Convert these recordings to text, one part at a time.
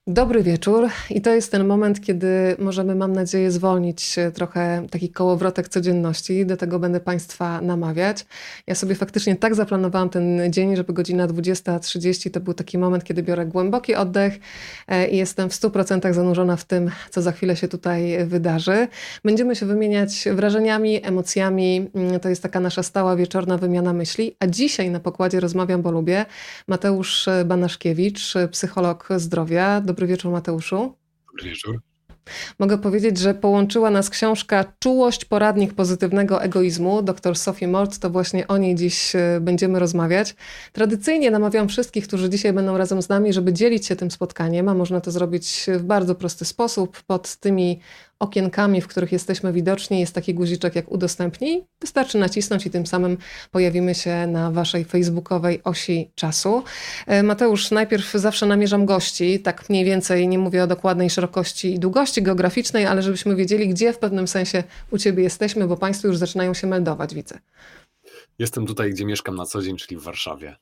Dobry wieczór i to jest ten moment, kiedy możemy, mam nadzieję, zwolnić trochę taki kołowrotek codzienności. Do tego będę Państwa namawiać. Ja sobie faktycznie tak zaplanowałam ten dzień, żeby godzina 20:30 to był taki moment, kiedy biorę głęboki oddech i jestem w 100% zanurzona w tym, co za chwilę się tutaj wydarzy. Będziemy się wymieniać wrażeniami, emocjami. To jest taka nasza stała wieczorna wymiana myśli. A dzisiaj na pokładzie Rozmawiam, bo lubię Mateusz Banaszkiewicz, psycholog zdrowia. Dobry wieczór, Mateuszu. Dobry wieczór. Mogę powiedzieć, że połączyła nas książka Czułość, poradnik pozytywnego egoizmu dr Sophie Mort. To właśnie o niej dziś będziemy rozmawiać. Tradycyjnie namawiam wszystkich, którzy dzisiaj będą razem z nami, żeby dzielić się tym spotkaniem, a można to zrobić w bardzo prosty sposób. Pod tymi okienkami, w których jesteśmy widoczni, jest taki guziczek jak udostępnij. Wystarczy nacisnąć i tym samym pojawimy się na waszej facebookowej osi czasu. Mateusz, najpierw zawsze namierzam gości, tak mniej więcej, nie mówię o dokładnej szerokości i długości geograficznej, ale żebyśmy wiedzieli, gdzie w pewnym sensie u ciebie jesteśmy, bo państwo już zaczynają się meldować, widzę. Jestem tutaj, gdzie mieszkam na co dzień, czyli w Warszawie.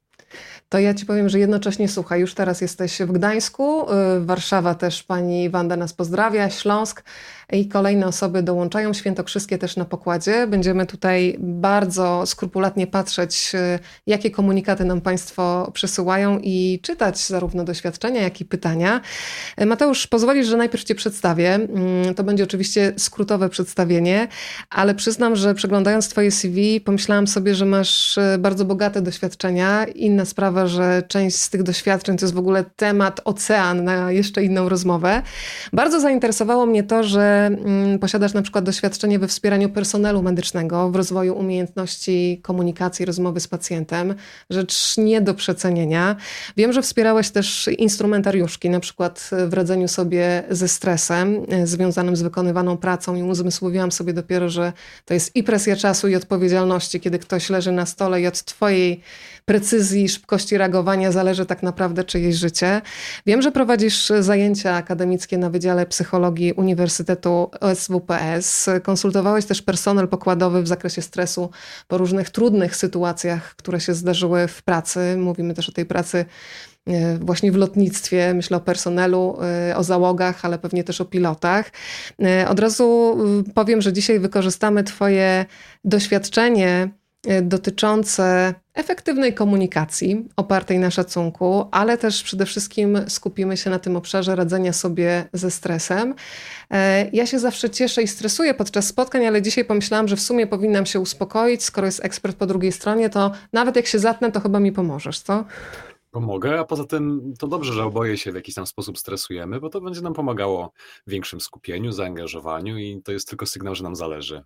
To ja ci powiem, że jednocześnie słuchaj, już teraz jesteś w Gdańsku, Warszawa też pani Wanda nas pozdrawia, Śląsk i kolejne osoby dołączają, świętokrzyskie też na pokładzie. Będziemy tutaj bardzo skrupulatnie patrzeć, jakie komunikaty nam państwo przesyłają i czytać zarówno doświadczenia, jak i pytania. Mateusz, pozwolisz, że najpierw cię przedstawię. To będzie oczywiście skrótowe przedstawienie, ale przyznam, że przeglądając twoje CV pomyślałam sobie, że masz bardzo bogate doświadczenia. Inna sprawa, że część z tych doświadczeń to jest w ogóle temat, ocean na jeszcze inną rozmowę. Bardzo zainteresowało mnie to, że posiadasz na przykład doświadczenie we wspieraniu personelu medycznego, w rozwoju umiejętności komunikacji, rozmowy z pacjentem. Rzecz nie do przecenienia. Wiem, że wspierałeś też instrumentariuszki, na przykład w radzeniu sobie ze stresem związanym z wykonywaną pracą i uzmysłowiłam sobie dopiero, że to jest i presja czasu, i odpowiedzialności, kiedy ktoś leży na stole i od twojej precyzji, szybkości reagowania zależy tak naprawdę czyjeś życie. Wiem, że prowadzisz zajęcia akademickie na Wydziale Psychologii Uniwersytetu OSWPS. Konsultowałeś też personel pokładowy w zakresie stresu po różnych trudnych sytuacjach, które się zdarzyły w pracy. Mówimy też o tej pracy właśnie w lotnictwie, myślę o personelu, o załogach, ale pewnie też o pilotach. Od razu powiem, że dzisiaj wykorzystamy twoje doświadczenie dotyczące efektywnej komunikacji opartej na szacunku, ale też przede wszystkim skupimy się na tym obszarze radzenia sobie ze stresem. Ja się zawsze cieszę i stresuję podczas spotkań, ale dzisiaj pomyślałam, że w sumie powinnam się uspokoić. Skoro jest ekspert po drugiej stronie, to nawet jak się zatnę, to chyba mi pomożesz, co? Pomogę, a poza tym to dobrze, że oboje się w jakiś tam sposób stresujemy, bo to będzie nam pomagało w większym skupieniu, zaangażowaniu i to jest tylko sygnał, że nam zależy.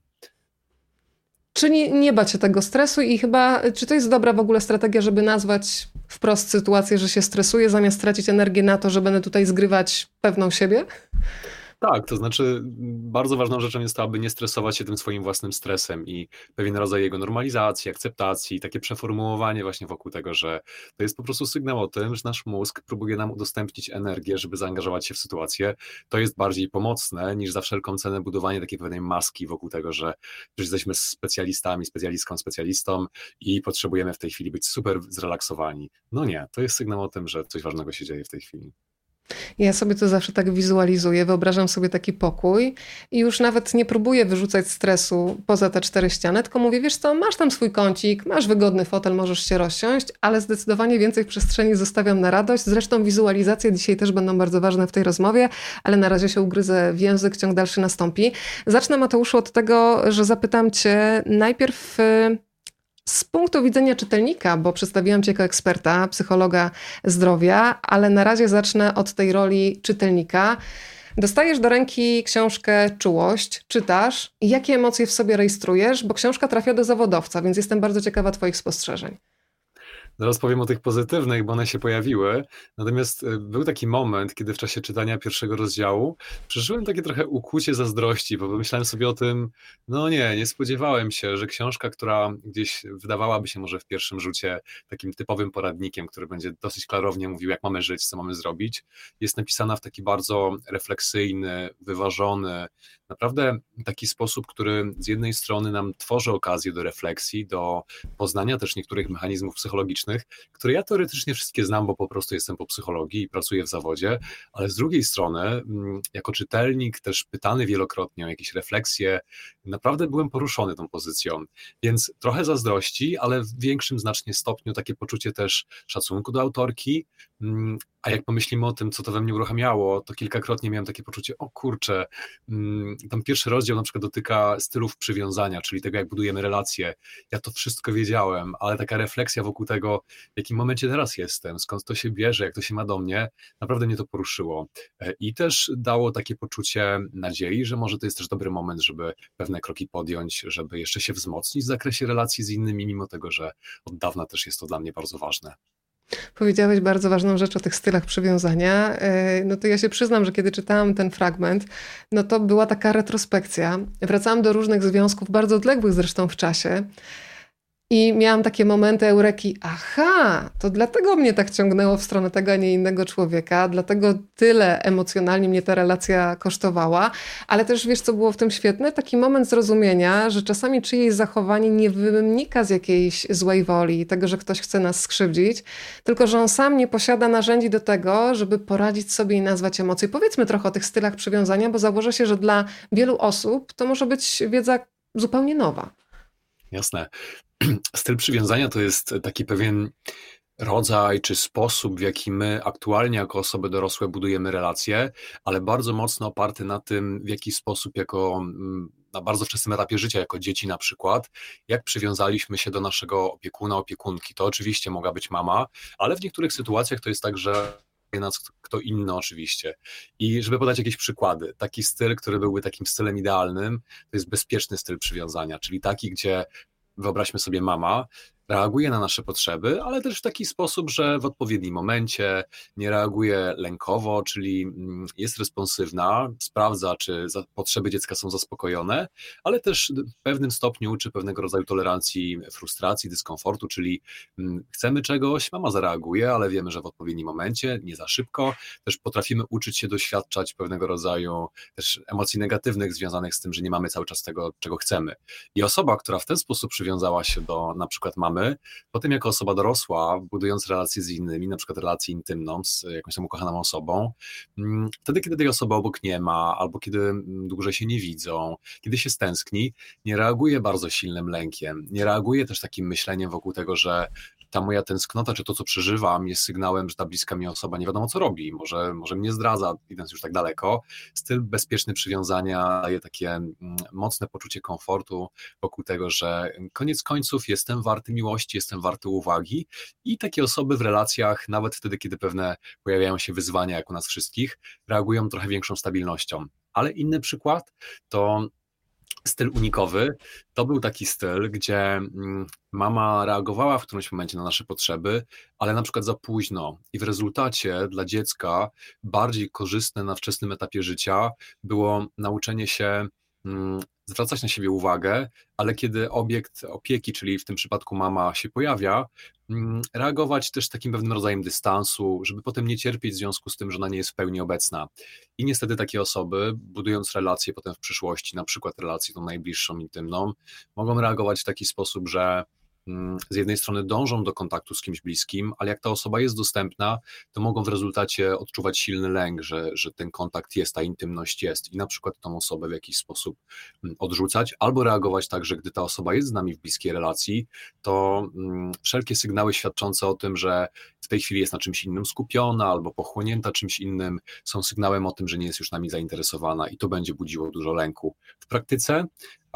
Czyli nie bać się tego stresu i chyba, czy to jest dobra w ogóle strategia, żeby nazwać wprost sytuację, że się stresuję, zamiast tracić energię na to, że będę tutaj zgrywać pewną siebie? Tak, to znaczy bardzo ważną rzeczą jest to, aby nie stresować się tym swoim własnym stresem i pewien rodzaj jego normalizacji, akceptacji, takie przeformułowanie właśnie wokół tego, że to jest po prostu sygnał o tym, że nasz mózg próbuje nam udostępnić energię, żeby zaangażować się w sytuację. To jest bardziej pomocne niż za wszelką cenę budowanie takiej pewnej maski wokół tego, że jesteśmy specjalistami, specjalistką, specjalistą i potrzebujemy w tej chwili być super zrelaksowani. No nie, to jest sygnał o tym, że coś ważnego się dzieje w tej chwili. Ja sobie to zawsze tak wizualizuję, wyobrażam sobie taki pokój i już nawet nie próbuję wyrzucać stresu poza te cztery ściany, tylko mówię, wiesz co, masz tam swój kącik, masz wygodny fotel, możesz się rozsiąść, ale zdecydowanie więcej przestrzeni zostawiam na radość. Zresztą wizualizacje dzisiaj też będą bardzo ważne w tej rozmowie, ale na razie się ugryzę w język, ciąg dalszy nastąpi. Zacznę, Mateuszu, od tego, że zapytam cię najpierw z punktu widzenia czytelnika, bo przedstawiłam cię jako eksperta, psychologa zdrowia, ale na razie zacznę od tej roli czytelnika. Dostajesz do ręki książkę Czułość, czytasz i jakie emocje w sobie rejestrujesz, bo książka trafia do zawodowca, więc jestem bardzo ciekawa twoich spostrzeżeń. Zaraz powiem o tych pozytywnych, bo one się pojawiły. Natomiast był taki moment, kiedy w czasie czytania pierwszego rozdziału przeżyłem takie trochę ukłucie zazdrości, bo pomyślałem sobie o tym, no nie spodziewałem się, że książka, która gdzieś wydawałaby się może w pierwszym rzucie takim typowym poradnikiem, który będzie dosyć klarownie mówił, jak mamy żyć, co mamy zrobić, jest napisana w taki bardzo refleksyjny, wyważony, naprawdę taki sposób, który z jednej strony nam tworzy okazję do refleksji, do poznania też niektórych mechanizmów psychologicznych, społecznych, które ja teoretycznie wszystkie znam, bo po prostu jestem po psychologii i pracuję w zawodzie, ale z drugiej strony, jako czytelnik, też pytany wielokrotnie o jakieś refleksje, naprawdę byłem poruszony tą pozycją, więc trochę zazdrości, ale w większym znacznie stopniu takie poczucie też szacunku do autorki, a jak pomyślimy o tym, co to we mnie uruchamiało, to kilkakrotnie miałem takie poczucie, o kurczę, tam pierwszy rozdział na przykład dotyka stylów przywiązania, czyli tego, jak budujemy relacje. Ja to wszystko wiedziałem, ale taka refleksja wokół tego, w jakim momencie teraz jestem, skąd to się bierze, jak to się ma do mnie, naprawdę mnie to poruszyło. I też dało takie poczucie nadziei, że może to jest też dobry moment, żeby pewne kroki podjąć, żeby jeszcze się wzmocnić w zakresie relacji z innymi, mimo tego, że od dawna też jest to dla mnie bardzo ważne. Powiedziałeś bardzo ważną rzecz o tych stylach przywiązania. No to ja się przyznam, że kiedy czytałam ten fragment, no to była taka retrospekcja. Wracałam do różnych związków, bardzo odległych zresztą w czasie. I miałam takie momenty eureki, aha, to dlatego mnie tak ciągnęło w stronę tego, a nie innego człowieka, dlatego tyle emocjonalnie mnie ta relacja kosztowała, ale też wiesz, co było w tym świetne? Taki moment zrozumienia, że czasami czyjeś zachowanie nie wynika z jakiejś złej woli, tego, że ktoś chce nas skrzywdzić, tylko że on sam nie posiada narzędzi do tego, żeby poradzić sobie i nazwać emocje. Powiedzmy trochę o tych stylach przywiązania, bo założę się, że dla wielu osób to może być wiedza zupełnie nowa. Jasne. Styl przywiązania to jest taki pewien rodzaj czy sposób, w jaki my aktualnie jako osoby dorosłe budujemy relacje, ale bardzo mocno oparty na tym, w jaki sposób na bardzo wczesnym etapie życia, jako dzieci na przykład, jak przywiązaliśmy się do naszego opiekuna, opiekunki. To oczywiście mogła być mama, ale w niektórych sytuacjach to jest tak, że nas kto inny oczywiście. I żeby podać jakieś przykłady, taki styl, który byłby takim stylem idealnym, to jest bezpieczny styl przywiązania, czyli taki, gdzie wyobraźmy sobie mama, reaguje na nasze potrzeby, ale też w taki sposób, że w odpowiednim momencie nie reaguje lękowo, czyli jest responsywna, sprawdza, czy potrzeby dziecka są zaspokojone, ale też w pewnym stopniu uczy pewnego rodzaju tolerancji, frustracji, dyskomfortu, czyli chcemy czegoś, mama zareaguje, ale wiemy, że w odpowiednim momencie, nie za szybko, też potrafimy uczyć się doświadczać pewnego rodzaju też emocji negatywnych związanych z tym, że nie mamy cały czas tego, czego chcemy. I osoba, która w ten sposób przywiązała się do na przykład mamy, potem jako osoba dorosła, budując relacje z innymi, na przykład relację intymną z jakąś tam ukochaną osobą, wtedy, kiedy tej osoby obok nie ma, albo kiedy dłużej się nie widzą, kiedy się stęskni, nie reaguje bardzo silnym lękiem, nie reaguje też takim myśleniem wokół tego, że ta moja tęsknota, czy to, co przeżywam, jest sygnałem, że ta bliska mi osoba nie wiadomo, co robi, może mnie zdradza, idąc już tak daleko. Styl bezpieczny przywiązania daje takie mocne poczucie komfortu wokół tego, że koniec końców jestem warty miłości, jestem warty uwagi i takie osoby w relacjach, nawet wtedy, kiedy pewne pojawiają się wyzwania, jak u nas wszystkich, reagują trochę większą stabilnością. Ale inny przykład to styl unikowy. To był taki styl, gdzie mama reagowała w którymś momencie na nasze potrzeby, ale na przykład za późno i w rezultacie dla dziecka bardziej korzystne na wczesnym etapie życia było nauczenie się zwracać na siebie uwagę, ale kiedy obiekt opieki, czyli w tym przypadku mama się pojawia, reagować też takim pewnym rodzajem dystansu, żeby potem nie cierpieć w związku z tym, że ona nie jest w pełni obecna. I niestety takie osoby, budując relacje potem w przyszłości, na przykład relację tą najbliższą, intymną, mogą reagować w taki sposób, że z jednej strony dążą do kontaktu z kimś bliskim, ale jak ta osoba jest dostępna, to mogą w rezultacie odczuwać silny lęk, że ten kontakt jest, ta intymność jest i na przykład tą osobę w jakiś sposób odrzucać, albo reagować tak, że gdy ta osoba jest z nami w bliskiej relacji, to wszelkie sygnały świadczące o tym, że w tej chwili jest na czymś innym skupiona albo pochłonięta czymś innym, są sygnałem o tym, że nie jest już nami zainteresowana i to będzie budziło dużo lęku. W praktyce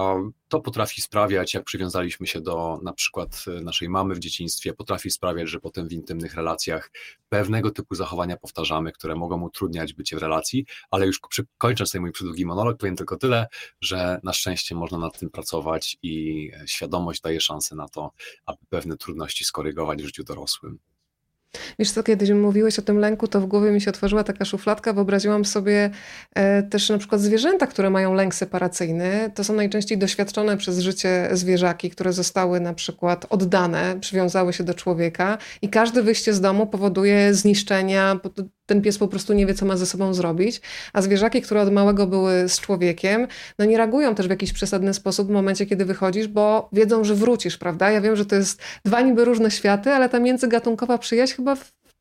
to potrafi sprawiać, jak przywiązaliśmy się do na przykład naszej mamy w dzieciństwie, potrafi sprawiać, że potem w intymnych relacjach pewnego typu zachowania powtarzamy, które mogą utrudniać bycie w relacji, ale już kończąc ten mój przydługi monolog, powiem tylko tyle, że na szczęście można nad tym pracować i świadomość daje szansę na to, aby pewne trudności skorygować w życiu dorosłym. Wiesz co, kiedyś mówiłeś o tym lęku, to w głowie mi się otworzyła taka szufladka, wyobraziłam sobie też na przykład zwierzęta, które mają lęk separacyjny. To są najczęściej doświadczone przez życie zwierzaki, które zostały na przykład oddane, przywiązały się do człowieka i każde wyjście z domu powoduje zniszczenia, ten pies po prostu nie wie, co ma ze sobą zrobić, a zwierzaki, które od małego były z człowiekiem, no nie reagują też w jakiś przesadny sposób w momencie, kiedy wychodzisz, bo wiedzą, że wrócisz, prawda? Ja wiem, że to jest dwa niby różne światy, ale ta międzygatunkowa przyjaźń chyba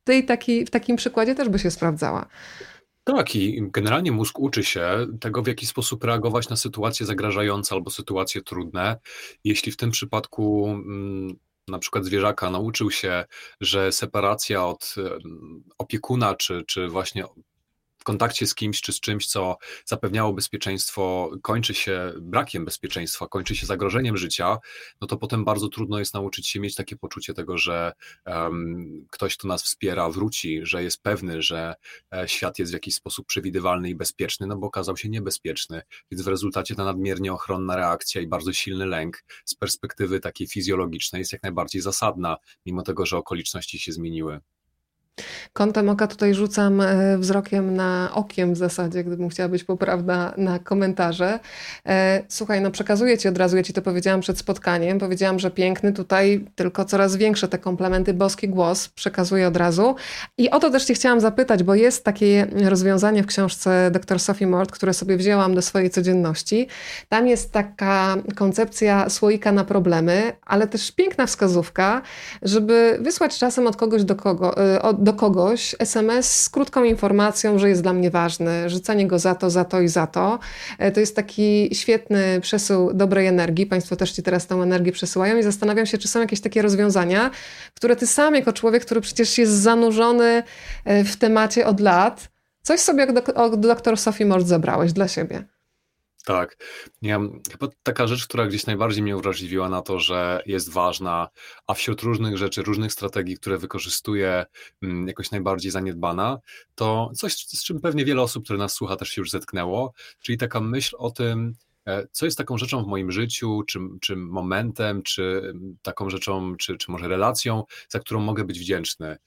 w takim przykładzie też by się sprawdzała. Tak, i generalnie mózg uczy się tego, w jaki sposób reagować na sytuacje zagrażające albo sytuacje trudne. Jeśli w tym przypadku na przykład zwierzaka nauczył się, że separacja od opiekuna, czy właśnie w kontakcie z kimś czy z czymś, co zapewniało bezpieczeństwo, kończy się brakiem bezpieczeństwa, kończy się zagrożeniem życia, no to potem bardzo trudno jest nauczyć się mieć takie poczucie tego, że ktoś, kto nas wspiera, wróci, że jest pewny, że świat jest w jakiś sposób przewidywalny i bezpieczny, no bo okazał się niebezpieczny, więc w rezultacie ta nadmiernie ochronna reakcja i bardzo silny lęk z perspektywy takiej fizjologicznej jest jak najbardziej zasadna, mimo tego, że okoliczności się zmieniły. Kątem oka tutaj rzucam wzrokiem okiem w zasadzie, gdybym chciała być poprawna na komentarze. Słuchaj, no przekazuję ci od razu, ja ci to powiedziałam przed spotkaniem, powiedziałam, że piękny, tutaj tylko coraz większe te komplementy, boski głos, przekazuję od razu. I o to też cię chciałam zapytać, bo jest takie rozwiązanie w książce dr Sophie Mort, które sobie wzięłam do swojej codzienności. Tam jest taka koncepcja słoika na problemy, ale też piękna wskazówka, żeby wysłać czasem od kogoś do kogoś SMS z krótką informacją, że jest dla mnie ważny, że cenię go za to i za to. To jest taki świetny przesył dobrej energii. Państwo też ci teraz tę energię przesyłają i zastanawiam się, czy są jakieś takie rozwiązania, które ty sam jako człowiek, który przecież jest zanurzony w temacie od lat, coś sobie od dr Sophie Mort zabrałeś dla siebie. Tak. Chyba taka rzecz, która gdzieś najbardziej mnie uwrażliwiła na to, że jest ważna, a wśród różnych rzeczy, różnych strategii, które wykorzystuję, jakoś najbardziej zaniedbana, to coś, z czym pewnie wiele osób, które nas słucha, też się już zetknęło, czyli taka myśl o tym, co jest taką rzeczą w moim życiu, czy momentem, czy taką rzeczą, czy może relacją, za którą mogę być wdzięczny.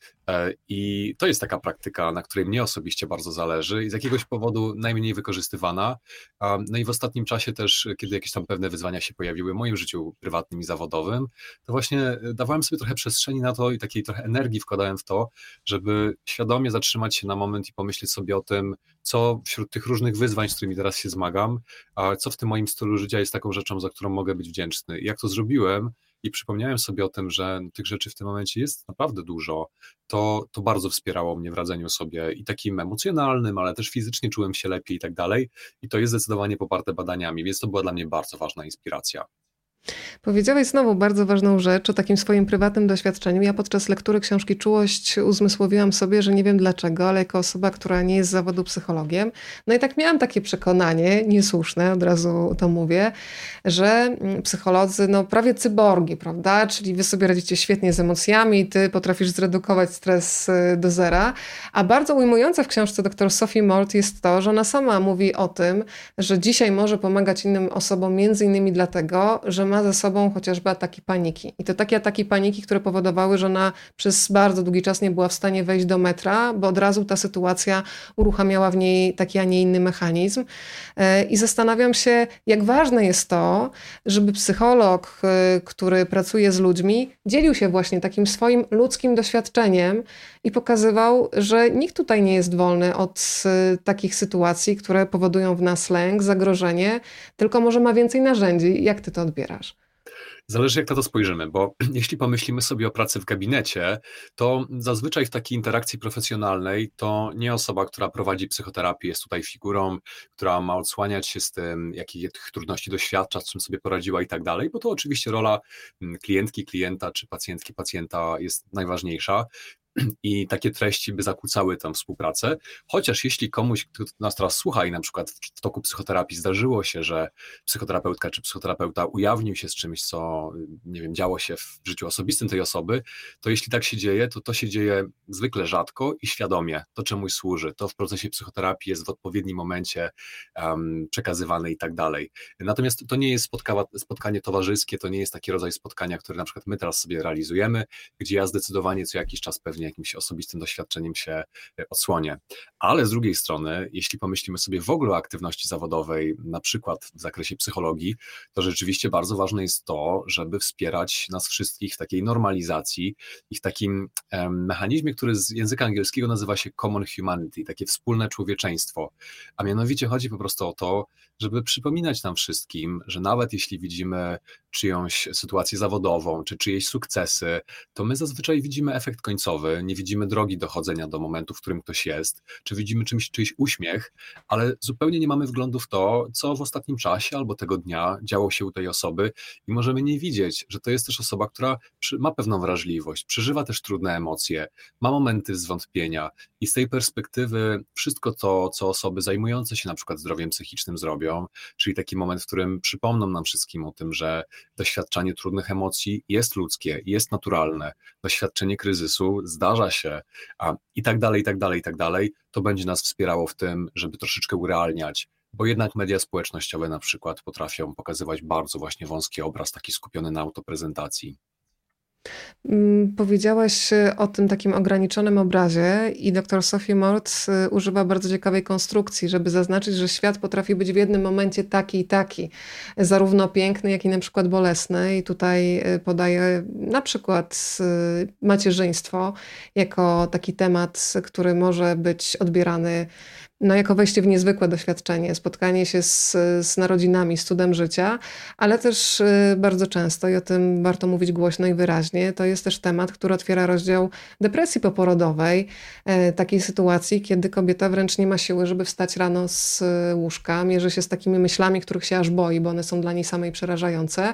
I to jest taka praktyka, na której mnie osobiście bardzo zależy i z jakiegoś powodu najmniej wykorzystywana. No i w ostatnim czasie też, kiedy jakieś tam pewne wyzwania się pojawiły w moim życiu prywatnym i zawodowym, to właśnie dawałem sobie trochę przestrzeni na to i takiej trochę energii wkładałem w to, żeby świadomie zatrzymać się na moment i pomyśleć sobie o tym, co wśród tych różnych wyzwań, z którymi teraz się zmagam, a co w tym moim stylu życia jest taką rzeczą, za którą mogę być wdzięczny. I jak to zrobiłem i przypomniałem sobie o tym, że tych rzeczy w tym momencie jest naprawdę dużo, to bardzo wspierało mnie w radzeniu sobie i takim emocjonalnym, ale też fizycznie czułem się lepiej i tak dalej. I to jest zdecydowanie poparte badaniami, więc to była dla mnie bardzo ważna inspiracja. Powiedziałeś znowu bardzo ważną rzecz o takim swoim prywatnym doświadczeniu. Ja podczas lektury książki Czułość uzmysłowiłam sobie, że nie wiem dlaczego, ale jako osoba, która nie jest z zawodu psychologiem, no i tak miałam takie przekonanie, niesłuszne, od razu to mówię, że psycholodzy, no prawie cyborgi, prawda? Czyli wy sobie radzicie świetnie z emocjami, ty potrafisz zredukować stres do zera, a bardzo ujmujące w książce dr Sophie Mort jest to, że ona sama mówi o tym, że dzisiaj może pomagać innym osobom między innymi dlatego, że ma ze sobą chociażby ataki paniki. I to takie ataki paniki, które powodowały, że ona przez bardzo długi czas nie była w stanie wejść do metra, bo od razu ta sytuacja uruchamiała w niej taki, a nie inny mechanizm. I zastanawiam się, jak ważne jest to, żeby psycholog, który pracuje z ludźmi, dzielił się właśnie takim swoim ludzkim doświadczeniem i pokazywał, że nikt tutaj nie jest wolny od takich sytuacji, które powodują w nas lęk, zagrożenie, tylko może ma więcej narzędzi. Jak ty to odbierasz? Zależy, jak na to spojrzymy, bo jeśli pomyślimy sobie o pracy w gabinecie, to zazwyczaj w takiej interakcji profesjonalnej to nie osoba, która prowadzi psychoterapię, jest tutaj figurą, która ma odsłaniać się z tym, jakich trudności doświadcza, z czym sobie poradziła i tak dalej, bo to oczywiście rola klientki, klienta czy pacjentki, pacjenta jest najważniejsza. I takie treści by zakłócały tę współpracę, chociaż jeśli komuś, kto nas teraz słucha i na przykład w toku psychoterapii zdarzyło się, że psychoterapeutka czy psychoterapeuta ujawnił się z czymś, co nie wiem, działo się w życiu osobistym tej osoby, to jeśli tak się dzieje, to się dzieje zwykle rzadko i świadomie, to czemuś służy, to w procesie psychoterapii jest w odpowiednim momencie przekazywane i tak dalej. Natomiast to nie jest spotkanie towarzyskie, to nie jest taki rodzaj spotkania, które na przykład my teraz sobie realizujemy, gdzie ja zdecydowanie co jakiś czas pewnie pewnie jakimś osobistym doświadczeniem się odsłonię. Ale z drugiej strony, jeśli pomyślimy sobie w ogóle o aktywności zawodowej, na przykład w zakresie psychologii, to rzeczywiście bardzo ważne jest to, żeby wspierać nas wszystkich w takiej normalizacji i w takim mechanizmie, który z języka angielskiego nazywa się common humanity, takie wspólne człowieczeństwo. A mianowicie chodzi po prostu o to, żeby przypominać nam wszystkim, że nawet jeśli widzimy czyjąś sytuację zawodową, czy czyjeś sukcesy, to my zazwyczaj widzimy efekt końcowy, nie widzimy drogi dochodzenia do momentu, w którym ktoś jest, czy widzimy czyjś uśmiech, ale zupełnie nie mamy wglądu w to, co w ostatnim czasie albo tego dnia działo się u tej osoby i możemy nie widzieć, że to jest też osoba, która ma pewną wrażliwość, przeżywa też trudne emocje, ma momenty zwątpienia i z tej perspektywy wszystko to, co osoby zajmujące się na przykład zdrowiem psychicznym zrobią, czyli taki moment, w którym przypomną nam wszystkim o tym, że doświadczanie trudnych emocji jest ludzkie, jest naturalne, doświadczenie kryzysu zdarza się, i tak dalej, i tak dalej, i tak dalej, to będzie nas wspierało w tym, żeby troszeczkę urealniać, bo jednak media społecznościowe na przykład potrafią pokazywać bardzo właśnie wąski obraz, taki skupiony na autoprezentacji. Powiedziałaś o tym takim ograniczonym obrazie i dr Sophie Mort używa bardzo ciekawej konstrukcji, żeby zaznaczyć, że świat potrafi być w jednym momencie taki i taki, zarówno piękny, jak i na przykład bolesny. I tutaj podaję na przykład macierzyństwo jako taki temat, który może być odbierany jako wejście w niezwykłe doświadczenie, spotkanie się z narodzinami, z cudem życia, ale też bardzo często, i o tym warto mówić głośno i wyraźnie, to jest też temat, który otwiera rozdział depresji poporodowej, takiej sytuacji, kiedy kobieta wręcz nie ma siły, żeby wstać rano z łóżka, mierzy się z takimi myślami, których się aż boi, bo one są dla niej samej przerażające.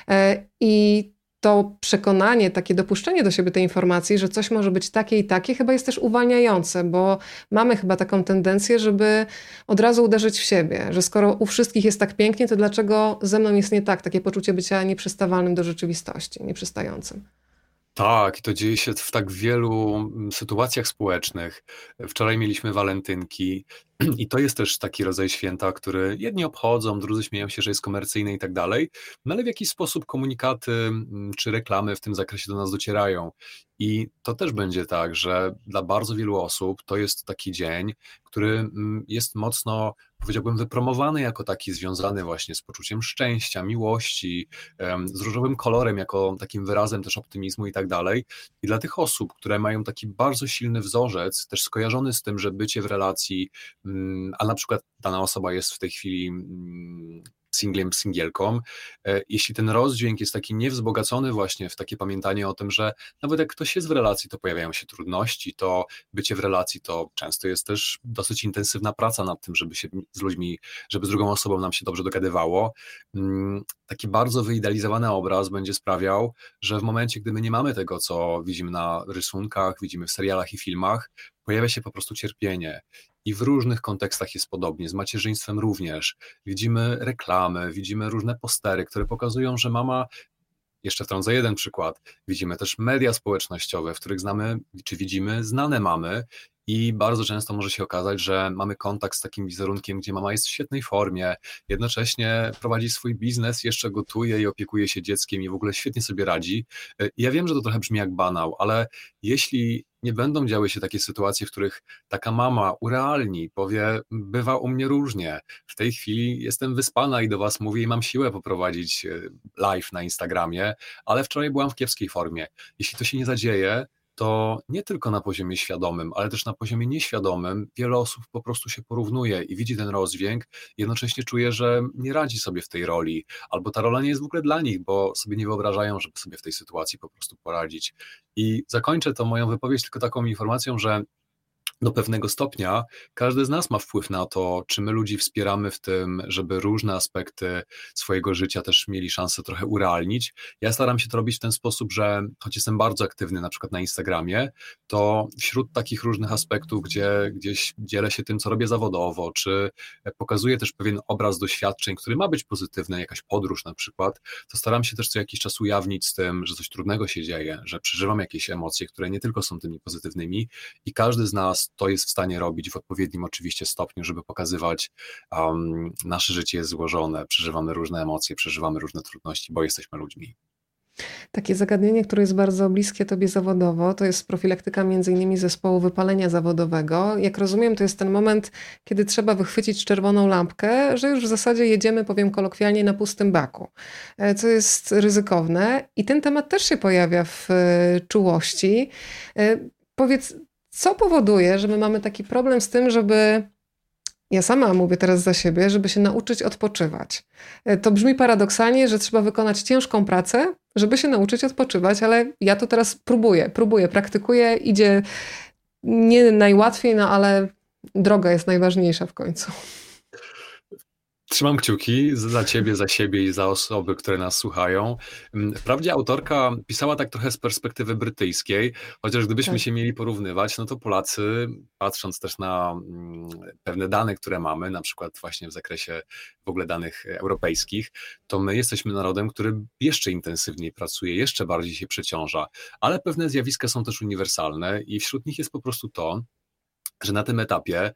I to przekonanie, takie dopuszczenie do siebie tej informacji, że coś może być takie i takie, chyba jest też uwalniające, bo mamy chyba taką tendencję, żeby od razu uderzyć w siebie, że skoro u wszystkich jest tak pięknie, to dlaczego ze mną jest nie tak? Takie poczucie bycia nieprzystawalnym do rzeczywistości, nieprzystającym. Tak, i to dzieje się w tak wielu sytuacjach społecznych. Wczoraj mieliśmy walentynki i to jest też taki rodzaj święta, który jedni obchodzą, drudzy śmieją się, że jest komercyjny i tak dalej, no ale w jakiś sposób komunikaty czy reklamy w tym zakresie do nas docierają. I to też będzie tak, że dla bardzo wielu osób to jest taki dzień, który jest mocno, powiedziałbym, wypromowany jako taki związany właśnie z poczuciem szczęścia, miłości, z różowym kolorem, jako takim wyrazem też optymizmu i tak dalej. I dla tych osób, które mają taki bardzo silny wzorzec, też skojarzony z tym, że bycie w relacji, a na przykład dana osoba jest w tej chwili singlem, singielką, jeśli ten rozdźwięk jest taki niewzbogacony właśnie w takie pamiętanie o tym, że nawet jak ktoś jest w relacji, to pojawiają się trudności, to bycie w relacji to często jest też dosyć intensywna praca nad tym, żeby się z ludźmi, żeby z drugą osobą nam się dobrze dogadywało. Taki bardzo wyidealizowany obraz będzie sprawiał, że w momencie, gdy my nie mamy tego, co widzimy na rysunkach, widzimy w serialach i filmach, pojawia się po prostu cierpienie. I w różnych kontekstach jest podobnie, z macierzyństwem również. Widzimy reklamy, widzimy różne postery, które pokazują, że mama, jeszcze wtrącę jeden przykład, widzimy też media społecznościowe, w których znamy, czy widzimy znane mamy i bardzo często może się okazać, że mamy kontakt z takim wizerunkiem, gdzie mama jest w świetnej formie, jednocześnie prowadzi swój biznes, jeszcze gotuje i opiekuje się dzieckiem i w ogóle świetnie sobie radzi. Ja wiem, że to trochę brzmi jak banał, ale jeśli nie będą działy się takie sytuacje, w których taka mama urealni, powie, bywa u mnie różnie, w tej chwili jestem wyspana i do was mówię i mam siłę poprowadzić live na Instagramie, ale wczoraj byłam w kiepskiej formie. Jeśli to się nie zadzieje, to nie tylko na poziomie świadomym, ale też na poziomie nieświadomym wiele osób po prostu się porównuje i widzi ten rozdźwięk, jednocześnie czuje, że nie radzi sobie w tej roli, albo ta rola nie jest w ogóle dla nich, bo sobie nie wyobrażają, żeby sobie w tej sytuacji po prostu poradzić. I zakończę to moją wypowiedź tylko taką informacją, że do pewnego stopnia każdy z nas ma wpływ na to, czy my ludzi wspieramy w tym, żeby różne aspekty swojego życia też mieli szansę trochę urealnić. Ja staram się to robić w ten sposób, że choć jestem bardzo aktywny na przykład na Instagramie, to wśród takich różnych aspektów, gdzie gdzieś dzielę się tym, co robię zawodowo, czy pokazuję też pewien obraz doświadczeń, który ma być pozytywny, jakaś podróż na przykład, to staram się też co jakiś czas ujawnić z tym, że coś trudnego się dzieje, że przeżywam jakieś emocje, które nie tylko są tymi pozytywnymi i każdy z nas to jest w stanie robić w odpowiednim oczywiście stopniu, żeby pokazywać, nasze życie jest złożone, przeżywamy różne emocje, przeżywamy różne trudności, bo jesteśmy ludźmi. Takie zagadnienie, które jest bardzo bliskie Tobie zawodowo, to jest profilaktyka między innymi zespołu wypalenia zawodowego. Jak rozumiem, to jest ten moment, kiedy trzeba wychwycić czerwoną lampkę, że już w zasadzie jedziemy, powiem kolokwialnie, na pustym baku, co jest ryzykowne. I ten temat też się pojawia w czułości. Powiedz, co powoduje, że my mamy taki problem z tym, żeby ja sama mówię teraz za siebie, żeby się nauczyć odpoczywać. To brzmi paradoksalnie, że trzeba wykonać ciężką pracę, żeby się nauczyć odpoczywać, ale ja to teraz próbuję, praktykuję, idzie nie najłatwiej, no ale droga jest najważniejsza w końcu. Trzymam kciuki za ciebie, za siebie i za osoby, które nas słuchają. Wprawdzie autorka pisała tak trochę z perspektywy brytyjskiej, chociaż gdybyśmy Tak. się mieli porównywać, no to Polacy, patrząc też na pewne dane, które mamy, na przykład właśnie w zakresie w ogóle danych europejskich, to my jesteśmy narodem, który jeszcze intensywniej pracuje, jeszcze bardziej się przeciąża, ale pewne zjawiska są też uniwersalne i wśród nich jest po prostu to, że na tym etapie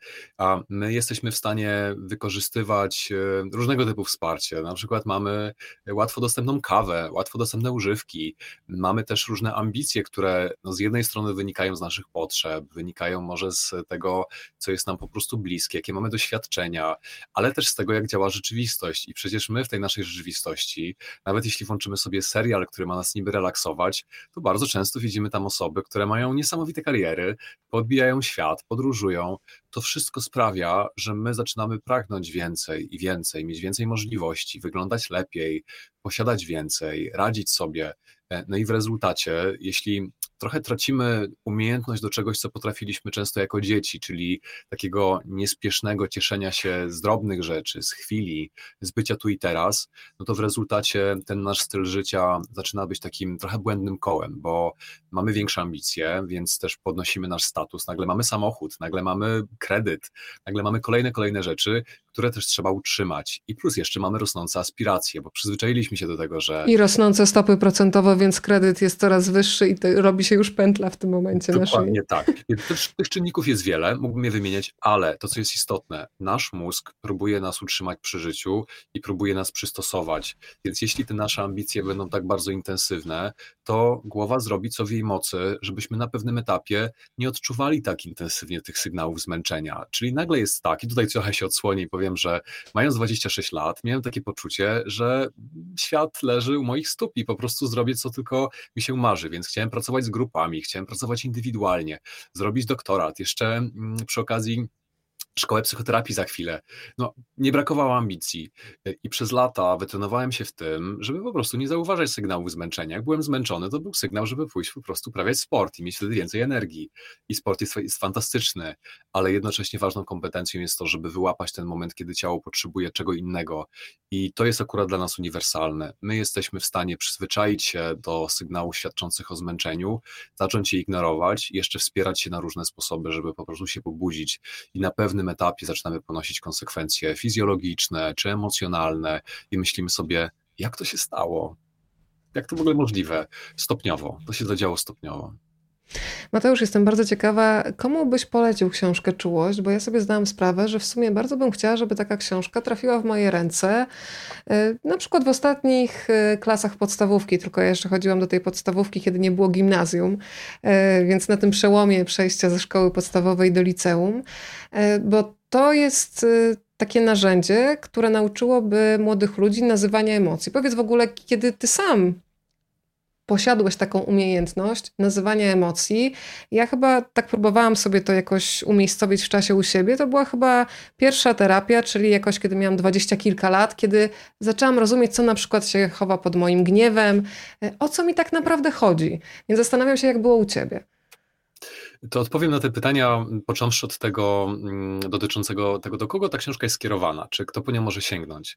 my jesteśmy w stanie wykorzystywać różnego typu wsparcie. Na przykład mamy łatwo dostępną kawę, łatwo dostępne używki. Mamy też różne ambicje, które no, z jednej strony wynikają z naszych potrzeb, wynikają może z tego, co jest nam po prostu bliskie, jakie mamy doświadczenia, ale też z tego, jak działa rzeczywistość. I przecież my w tej naszej rzeczywistości, nawet jeśli włączymy sobie serial, który ma nas niby relaksować, to bardzo często widzimy tam osoby, które mają niesamowite kariery, podbijają świat, podróżują. To wszystko sprawia, że my zaczynamy pragnąć więcej i więcej, mieć więcej możliwości, wyglądać lepiej, posiadać więcej, radzić sobie. No i w rezultacie, jeśli trochę tracimy umiejętność do czegoś, co potrafiliśmy często jako dzieci, czyli takiego niespiesznego cieszenia się z drobnych rzeczy, z chwili, z bycia tu i teraz, no to w rezultacie ten nasz styl życia zaczyna być takim trochę błędnym kołem, bo mamy większe ambicje, więc też podnosimy nasz status, nagle mamy samochód, nagle mamy kredyt, nagle mamy kolejne rzeczy, które też trzeba utrzymać. I plus jeszcze mamy rosnące aspiracje, bo przyzwyczailiśmy się do tego, że I rosnące stopy procentowe, więc kredyt jest coraz wyższy i to robi się już pętla w tym momencie na szyi. dokładnie tak. Więc tych czynników jest wiele, mógłbym je wymieniać, ale to, co jest istotne, nasz mózg próbuje nas utrzymać przy życiu i próbuje nas przystosować. Więc jeśli te nasze ambicje będą tak bardzo intensywne, to głowa zrobi co w jej mocy, żebyśmy na pewnym etapie nie odczuwali tak intensywnie tych sygnałów zmęczenia. Czyli nagle jest tak, i tutaj trochę się odsłonię i powiem, że mając 26 lat, miałem takie poczucie, że świat leży u moich stóp i po prostu zrobię, co tylko mi się marzy, więc chciałem pracować z grupami, chciałem pracować indywidualnie, zrobić doktorat, jeszcze przy okazji szkołę psychoterapii za chwilę. No, nie brakowało ambicji i przez lata wytrenowałem się w tym, żeby po prostu nie zauważać sygnałów zmęczenia. Jak byłem zmęczony, to był sygnał, żeby pójść po prostu uprawiać sport i mieć wtedy więcej energii. I sport jest fantastyczny, ale jednocześnie ważną kompetencją jest to, żeby wyłapać ten moment, kiedy ciało potrzebuje czego innego. I to jest akurat dla nas uniwersalne. My jesteśmy w stanie przyzwyczaić się do sygnałów świadczących o zmęczeniu, zacząć je ignorować i jeszcze wspierać się na różne sposoby, żeby po prostu się pobudzić. I na pewnym etapie zaczynamy ponosić konsekwencje fizjologiczne czy emocjonalne i myślimy sobie, jak to się stało? Jak to w ogóle możliwe? Stopniowo. To się zadziało stopniowo. Mateusz, jestem bardzo ciekawa, komu byś polecił książkę Czułość, bo ja sobie zdałam sprawę, że w sumie bardzo bym chciała, żeby taka książka trafiła w moje ręce, na przykład w ostatnich klasach podstawówki, tylko ja jeszcze chodziłam do tej podstawówki, kiedy nie było gimnazjum, więc na tym przełomie przejścia ze szkoły podstawowej do liceum, bo to jest takie narzędzie, które nauczyłoby młodych ludzi nazywania emocji. Powiedz w ogóle, kiedy ty sam posiadłeś taką umiejętność nazywania emocji. Ja chyba tak próbowałam sobie to jakoś umiejscowić w czasie u siebie. To była chyba pierwsza terapia, czyli jakoś kiedy miałam 20 kilka lat, kiedy zaczęłam rozumieć, co na przykład się chowa pod moim gniewem, o co mi tak naprawdę chodzi. Więc zastanawiam się, jak było u ciebie. To odpowiem na te pytania, począwszy od tego dotyczącego tego, do kogo ta książka jest skierowana, czy kto po nią może sięgnąć.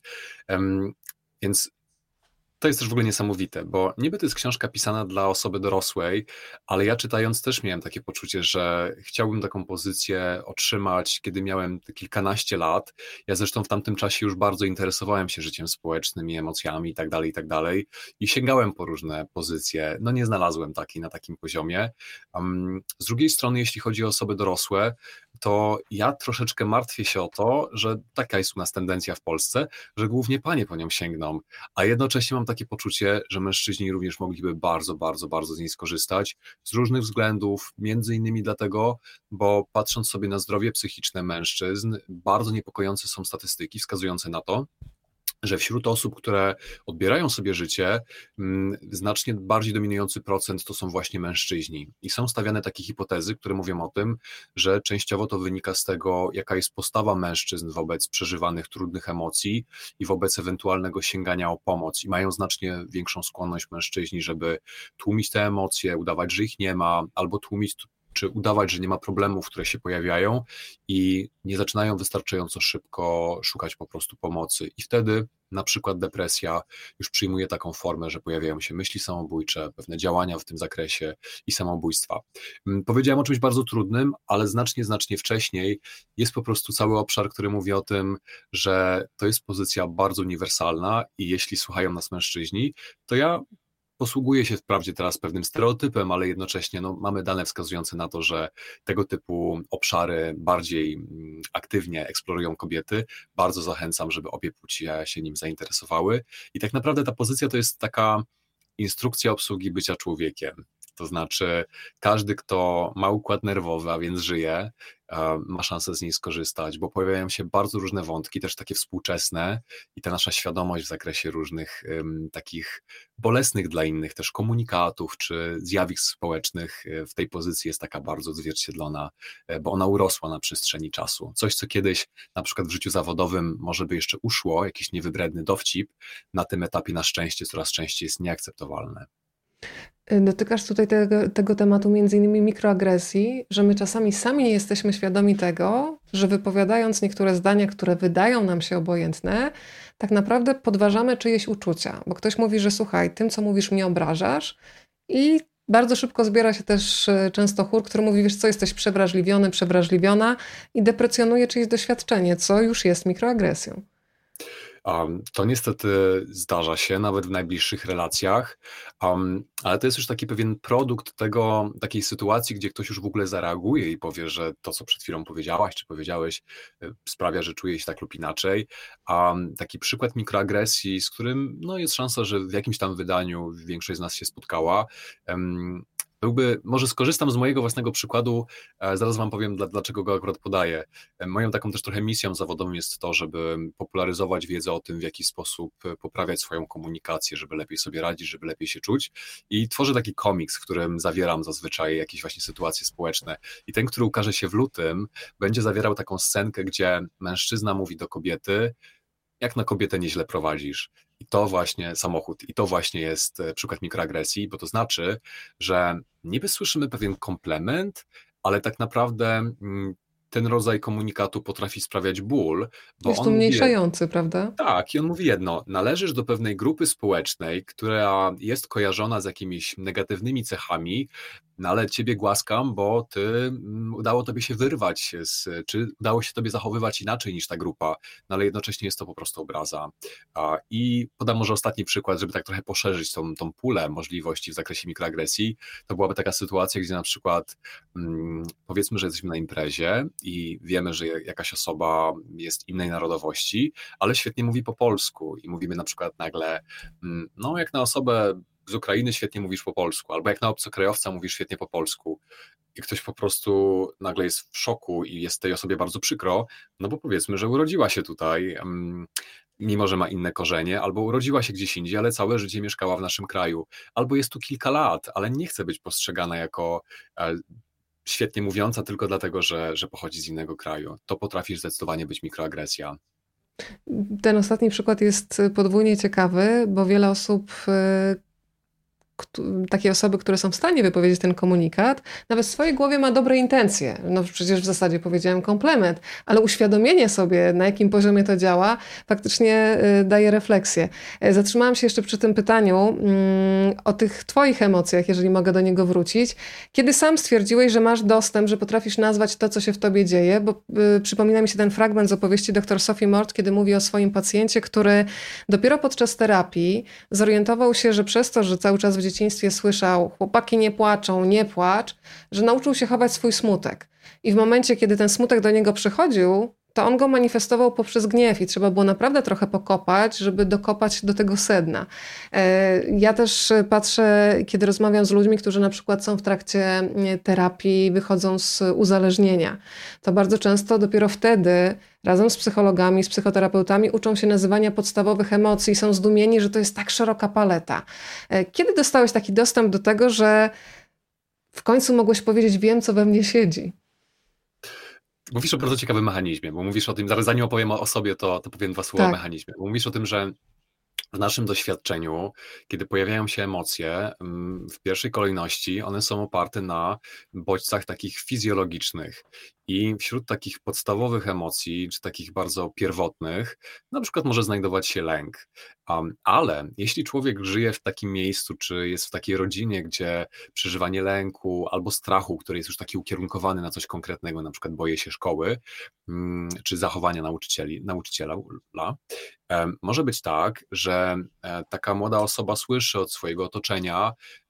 Więc to jest też w ogóle niesamowite, bo niby to jest książka pisana dla osoby dorosłej, ale ja czytając też miałem takie poczucie, że chciałbym taką pozycję otrzymać, kiedy miałem te kilkanaście lat. Ja zresztą w tamtym czasie już bardzo interesowałem się życiem społecznym i emocjami i tak dalej i sięgałem po różne pozycje. No nie znalazłem takiej na takim poziomie. Z drugiej strony, jeśli chodzi o osoby dorosłe, to ja troszeczkę martwię się o to, że taka jest u nas tendencja w Polsce, że głównie panie po nią sięgną, a jednocześnie mam takie poczucie, że mężczyźni również mogliby bardzo, bardzo, bardzo z niej skorzystać z różnych względów, między innymi dlatego, bo patrząc sobie na zdrowie psychiczne mężczyzn, bardzo niepokojące są statystyki wskazujące na to, że wśród osób, które odbierają sobie życie, znacznie bardziej dominujący procent to są właśnie mężczyźni. I są stawiane takie hipotezy, które mówią o tym, że częściowo to wynika z tego, jaka jest postawa mężczyzn wobec przeżywanych trudnych emocji i wobec ewentualnego sięgania o pomoc. I mają znacznie większą skłonność mężczyźni, żeby tłumić te emocje, udawać, że ich nie ma, albo tłumić czy udawać, że nie ma problemów, które się pojawiają i nie zaczynają wystarczająco szybko szukać po prostu pomocy. I wtedy na przykład depresja już przyjmuje taką formę, że pojawiają się myśli samobójcze, pewne działania w tym zakresie i samobójstwa. Powiedziałem o czymś bardzo trudnym, ale znacznie, znacznie wcześniej jest po prostu cały obszar, który mówi o tym, że to jest pozycja bardzo uniwersalna i jeśli słuchają nas mężczyźni, to ja posługuje się wprawdzie teraz pewnym stereotypem, ale jednocześnie mamy dane wskazujące na to, że tego typu obszary bardziej aktywnie eksplorują kobiety. Bardzo zachęcam, żeby obie płcie się nim zainteresowały. I tak naprawdę ta pozycja to jest taka instrukcja obsługi bycia człowiekiem. To znaczy każdy, kto ma układ nerwowy, a więc żyje, ma szansę z niej skorzystać, bo pojawiają się bardzo różne wątki, też takie współczesne i ta nasza świadomość w zakresie różnych takich bolesnych dla innych też komunikatów czy zjawisk społecznych w tej pozycji jest taka bardzo odzwierciedlona, bo ona urosła na przestrzeni czasu. Coś, co kiedyś na przykład w życiu zawodowym może by jeszcze uszło, jakiś niewybredny dowcip, na tym etapie na szczęście coraz częściej jest nieakceptowalne. Dotykasz tutaj tego tematu między innymi mikroagresji, że my czasami sami nie jesteśmy świadomi tego, że wypowiadając niektóre zdania, które wydają nam się obojętne, tak naprawdę podważamy czyjeś uczucia, bo ktoś mówi, że słuchaj, tym co mówisz mnie obrażasz i bardzo szybko zbiera się też często chór, który mówi, wiesz co, jesteś przewrażliwiony, przewrażliwiona i deprecjonuje czyjeś doświadczenie, co już jest mikroagresją. To niestety zdarza się nawet w najbliższych relacjach, ale to jest już taki pewien produkt takiej sytuacji, gdzie ktoś już w ogóle zareaguje i powie, że to, co przed chwilą powiedziałaś, czy powiedziałeś, sprawia, że czuje się tak lub inaczej. Taki przykład mikroagresji, z którym jest szansa, że w jakimś tam wydaniu większość z nas się spotkała. Może skorzystam z mojego własnego przykładu, zaraz wam powiem, dlaczego go akurat podaję. Moją taką też trochę misją zawodową jest to, żeby popularyzować wiedzę o tym, w jaki sposób poprawiać swoją komunikację, żeby lepiej sobie radzić, żeby lepiej się czuć. I tworzę taki komiks, w którym zawieram zazwyczaj jakieś właśnie sytuacje społeczne. I ten, który ukaże się w lutym, będzie zawierał taką scenkę, gdzie mężczyzna mówi do kobiety, jak na kobietę nieźle prowadzisz. I to właśnie samochód, i to właśnie jest przykład mikroagresji, bo to znaczy, że niby słyszymy pewien komplement, ale tak naprawdę ten rodzaj komunikatu potrafi sprawiać ból. Bo jest on umniejszający, prawda? Tak, i on mówi jedno, należysz do pewnej grupy społecznej, która jest kojarzona z jakimiś negatywnymi cechami, ale ciebie głaskam, bo udało tobie się wyrwać, czy udało się tobie zachowywać inaczej niż ta grupa, ale jednocześnie jest to po prostu obraza. I podam może ostatni przykład, żeby tak trochę poszerzyć tą pulę możliwości w zakresie mikroagresji. To byłaby taka sytuacja, gdzie na przykład powiedzmy, że jesteśmy na imprezie i wiemy, że jakaś osoba jest innej narodowości, ale świetnie mówi po polsku i mówimy na przykład nagle, jak na osobę z Ukrainy świetnie mówisz po polsku, albo jak na obcokrajowca mówisz świetnie po polsku i ktoś po prostu nagle jest w szoku i jest tej osobie bardzo przykro, bo powiedzmy, że urodziła się tutaj, mimo że ma inne korzenie, albo urodziła się gdzieś indziej, ale całe życie mieszkała w naszym kraju, albo jest tu kilka lat, ale nie chce być postrzegana jako świetnie mówiąca tylko dlatego, że pochodzi z innego kraju. To potrafi zdecydowanie być mikroagresja. Ten ostatni przykład jest podwójnie ciekawy, bo wiele osób, takie osoby, które są w stanie wypowiedzieć ten komunikat, nawet w swojej głowie ma dobre intencje. Przecież w zasadzie powiedziałem komplement, ale uświadomienie sobie, na jakim poziomie to działa, faktycznie daje refleksję. Zatrzymałam się jeszcze przy tym pytaniu o tych twoich emocjach, jeżeli mogę do niego wrócić. Kiedy sam stwierdziłeś, że masz dostęp, że potrafisz nazwać to, co się w tobie dzieje, bo przypomina mi się ten fragment z opowieści dr Sophie Mort, kiedy mówi o swoim pacjencie, który dopiero podczas terapii zorientował się, że przez to, że cały czas w dzieciństwie słyszał chłopaki nie płaczą, nie płacz, że nauczył się chować swój smutek. I w momencie, kiedy ten smutek do niego przychodził, to on go manifestował poprzez gniew i trzeba było naprawdę trochę pokopać, żeby dokopać do tego sedna. Ja też patrzę, kiedy rozmawiam z ludźmi, którzy na przykład są w trakcie terapii, wychodzą z uzależnienia, to bardzo często dopiero wtedy razem z psychologami, z psychoterapeutami uczą się nazywania podstawowych emocji i są zdumieni, że to jest tak szeroka paleta. Kiedy dostałeś taki dostęp do tego, że w końcu mogłeś powiedzieć, wiem, co we mnie siedzi? Mówisz o bardzo ciekawym mechanizmie, bo mówisz o tym, zanim opowiem o sobie, to powiem dwa słowa o Tak. mechanizmie. Bo mówisz o tym, że w naszym doświadczeniu, kiedy pojawiają się emocje, w pierwszej kolejności one są oparte na bodźcach takich fizjologicznych. I wśród takich podstawowych emocji, czy takich bardzo pierwotnych, na przykład może znajdować się lęk. Ale jeśli człowiek żyje w takim miejscu, czy jest w takiej rodzinie, gdzie przeżywanie lęku albo strachu, który jest już taki ukierunkowany na coś konkretnego, na przykład boję się szkoły, czy zachowania nauczyciela, może być tak, że taka młoda osoba słyszy od swojego otoczenia,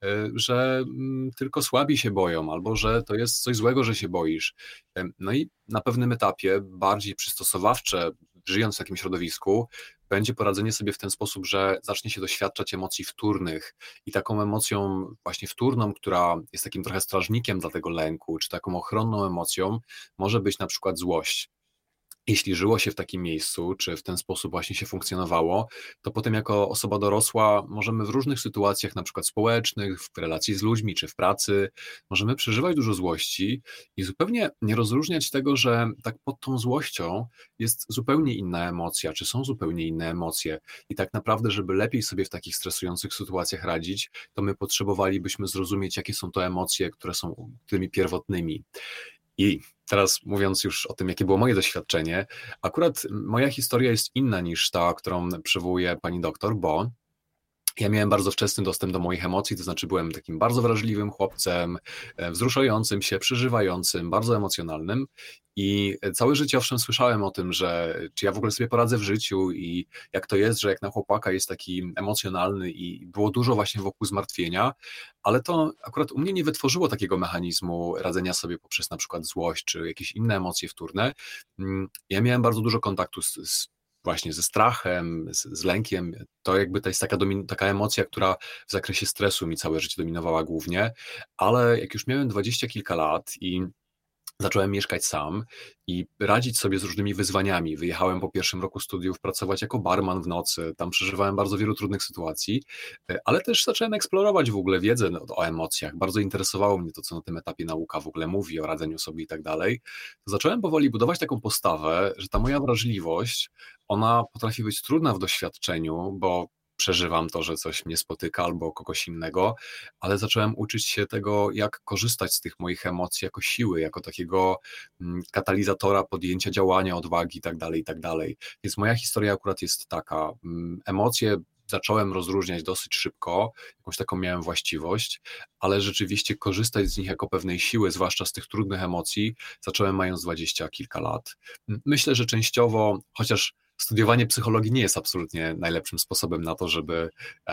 że tylko słabi się boją, albo że to jest coś złego, że się boisz. No i na pewnym etapie bardziej przystosowawcze, żyjąc w takim środowisku, będzie poradzenie sobie w ten sposób, że zacznie się doświadczać emocji wtórnych i taką emocją właśnie wtórną, która jest takim trochę strażnikiem dla tego lęku, czy taką ochronną emocją, może być na przykład złość. Jeśli żyło się w takim miejscu, czy w ten sposób właśnie się funkcjonowało, to potem jako osoba dorosła możemy w różnych sytuacjach, na przykład społecznych, w relacji z ludźmi, czy w pracy, możemy przeżywać dużo złości i zupełnie nie rozróżniać tego, że tak pod tą złością jest zupełnie inna emocja, czy są zupełnie inne emocje. I tak naprawdę, żeby lepiej sobie w takich stresujących sytuacjach radzić, to my potrzebowalibyśmy zrozumieć, jakie są to emocje, które są tymi pierwotnymi. I teraz mówiąc już o tym, jakie było moje doświadczenie, akurat moja historia jest inna niż ta, którą przywołuje pani doktor, bo ja miałem bardzo wczesny dostęp do moich emocji, to znaczy byłem takim bardzo wrażliwym chłopcem, wzruszającym się, przeżywającym, bardzo emocjonalnym i całe życie owszem słyszałem o tym, że czy ja w ogóle sobie poradzę w życiu i jak to jest, że jak na chłopaka jest taki emocjonalny i było dużo właśnie wokół zmartwienia, ale to akurat u mnie nie wytworzyło takiego mechanizmu radzenia sobie poprzez na przykład złość czy jakieś inne emocje wtórne. Ja miałem bardzo dużo kontaktu właśnie ze strachem, z lękiem. To jakby to jest taka emocja, która w zakresie stresu mi całe życie dominowała głównie, ale jak już miałem 20 kilka lat i zacząłem mieszkać sam i radzić sobie z różnymi wyzwaniami. Wyjechałem po pierwszym roku studiów pracować jako barman w nocy, tam przeżywałem bardzo wielu trudnych sytuacji, ale też zacząłem eksplorować w ogóle wiedzę o emocjach. Bardzo interesowało mnie to, co na tym etapie nauka w ogóle mówi o radzeniu sobie i tak dalej. To zacząłem powoli budować taką postawę, że ta moja wrażliwość, ona potrafi być trudna w doświadczeniu, bo przeżywam to, że coś mnie spotyka albo kogoś innego, ale zacząłem uczyć się tego, jak korzystać z tych moich emocji jako siły, jako takiego katalizatora podjęcia działania, odwagi itd., itd. Więc moja historia akurat jest taka. Emocje zacząłem rozróżniać dosyć szybko, jakąś taką miałem właściwość, ale rzeczywiście korzystać z nich jako pewnej siły, zwłaszcza z tych trudnych emocji, zacząłem mając 20 kilka lat. Myślę, że częściowo, chociaż studiowanie psychologii nie jest absolutnie najlepszym sposobem na to, żeby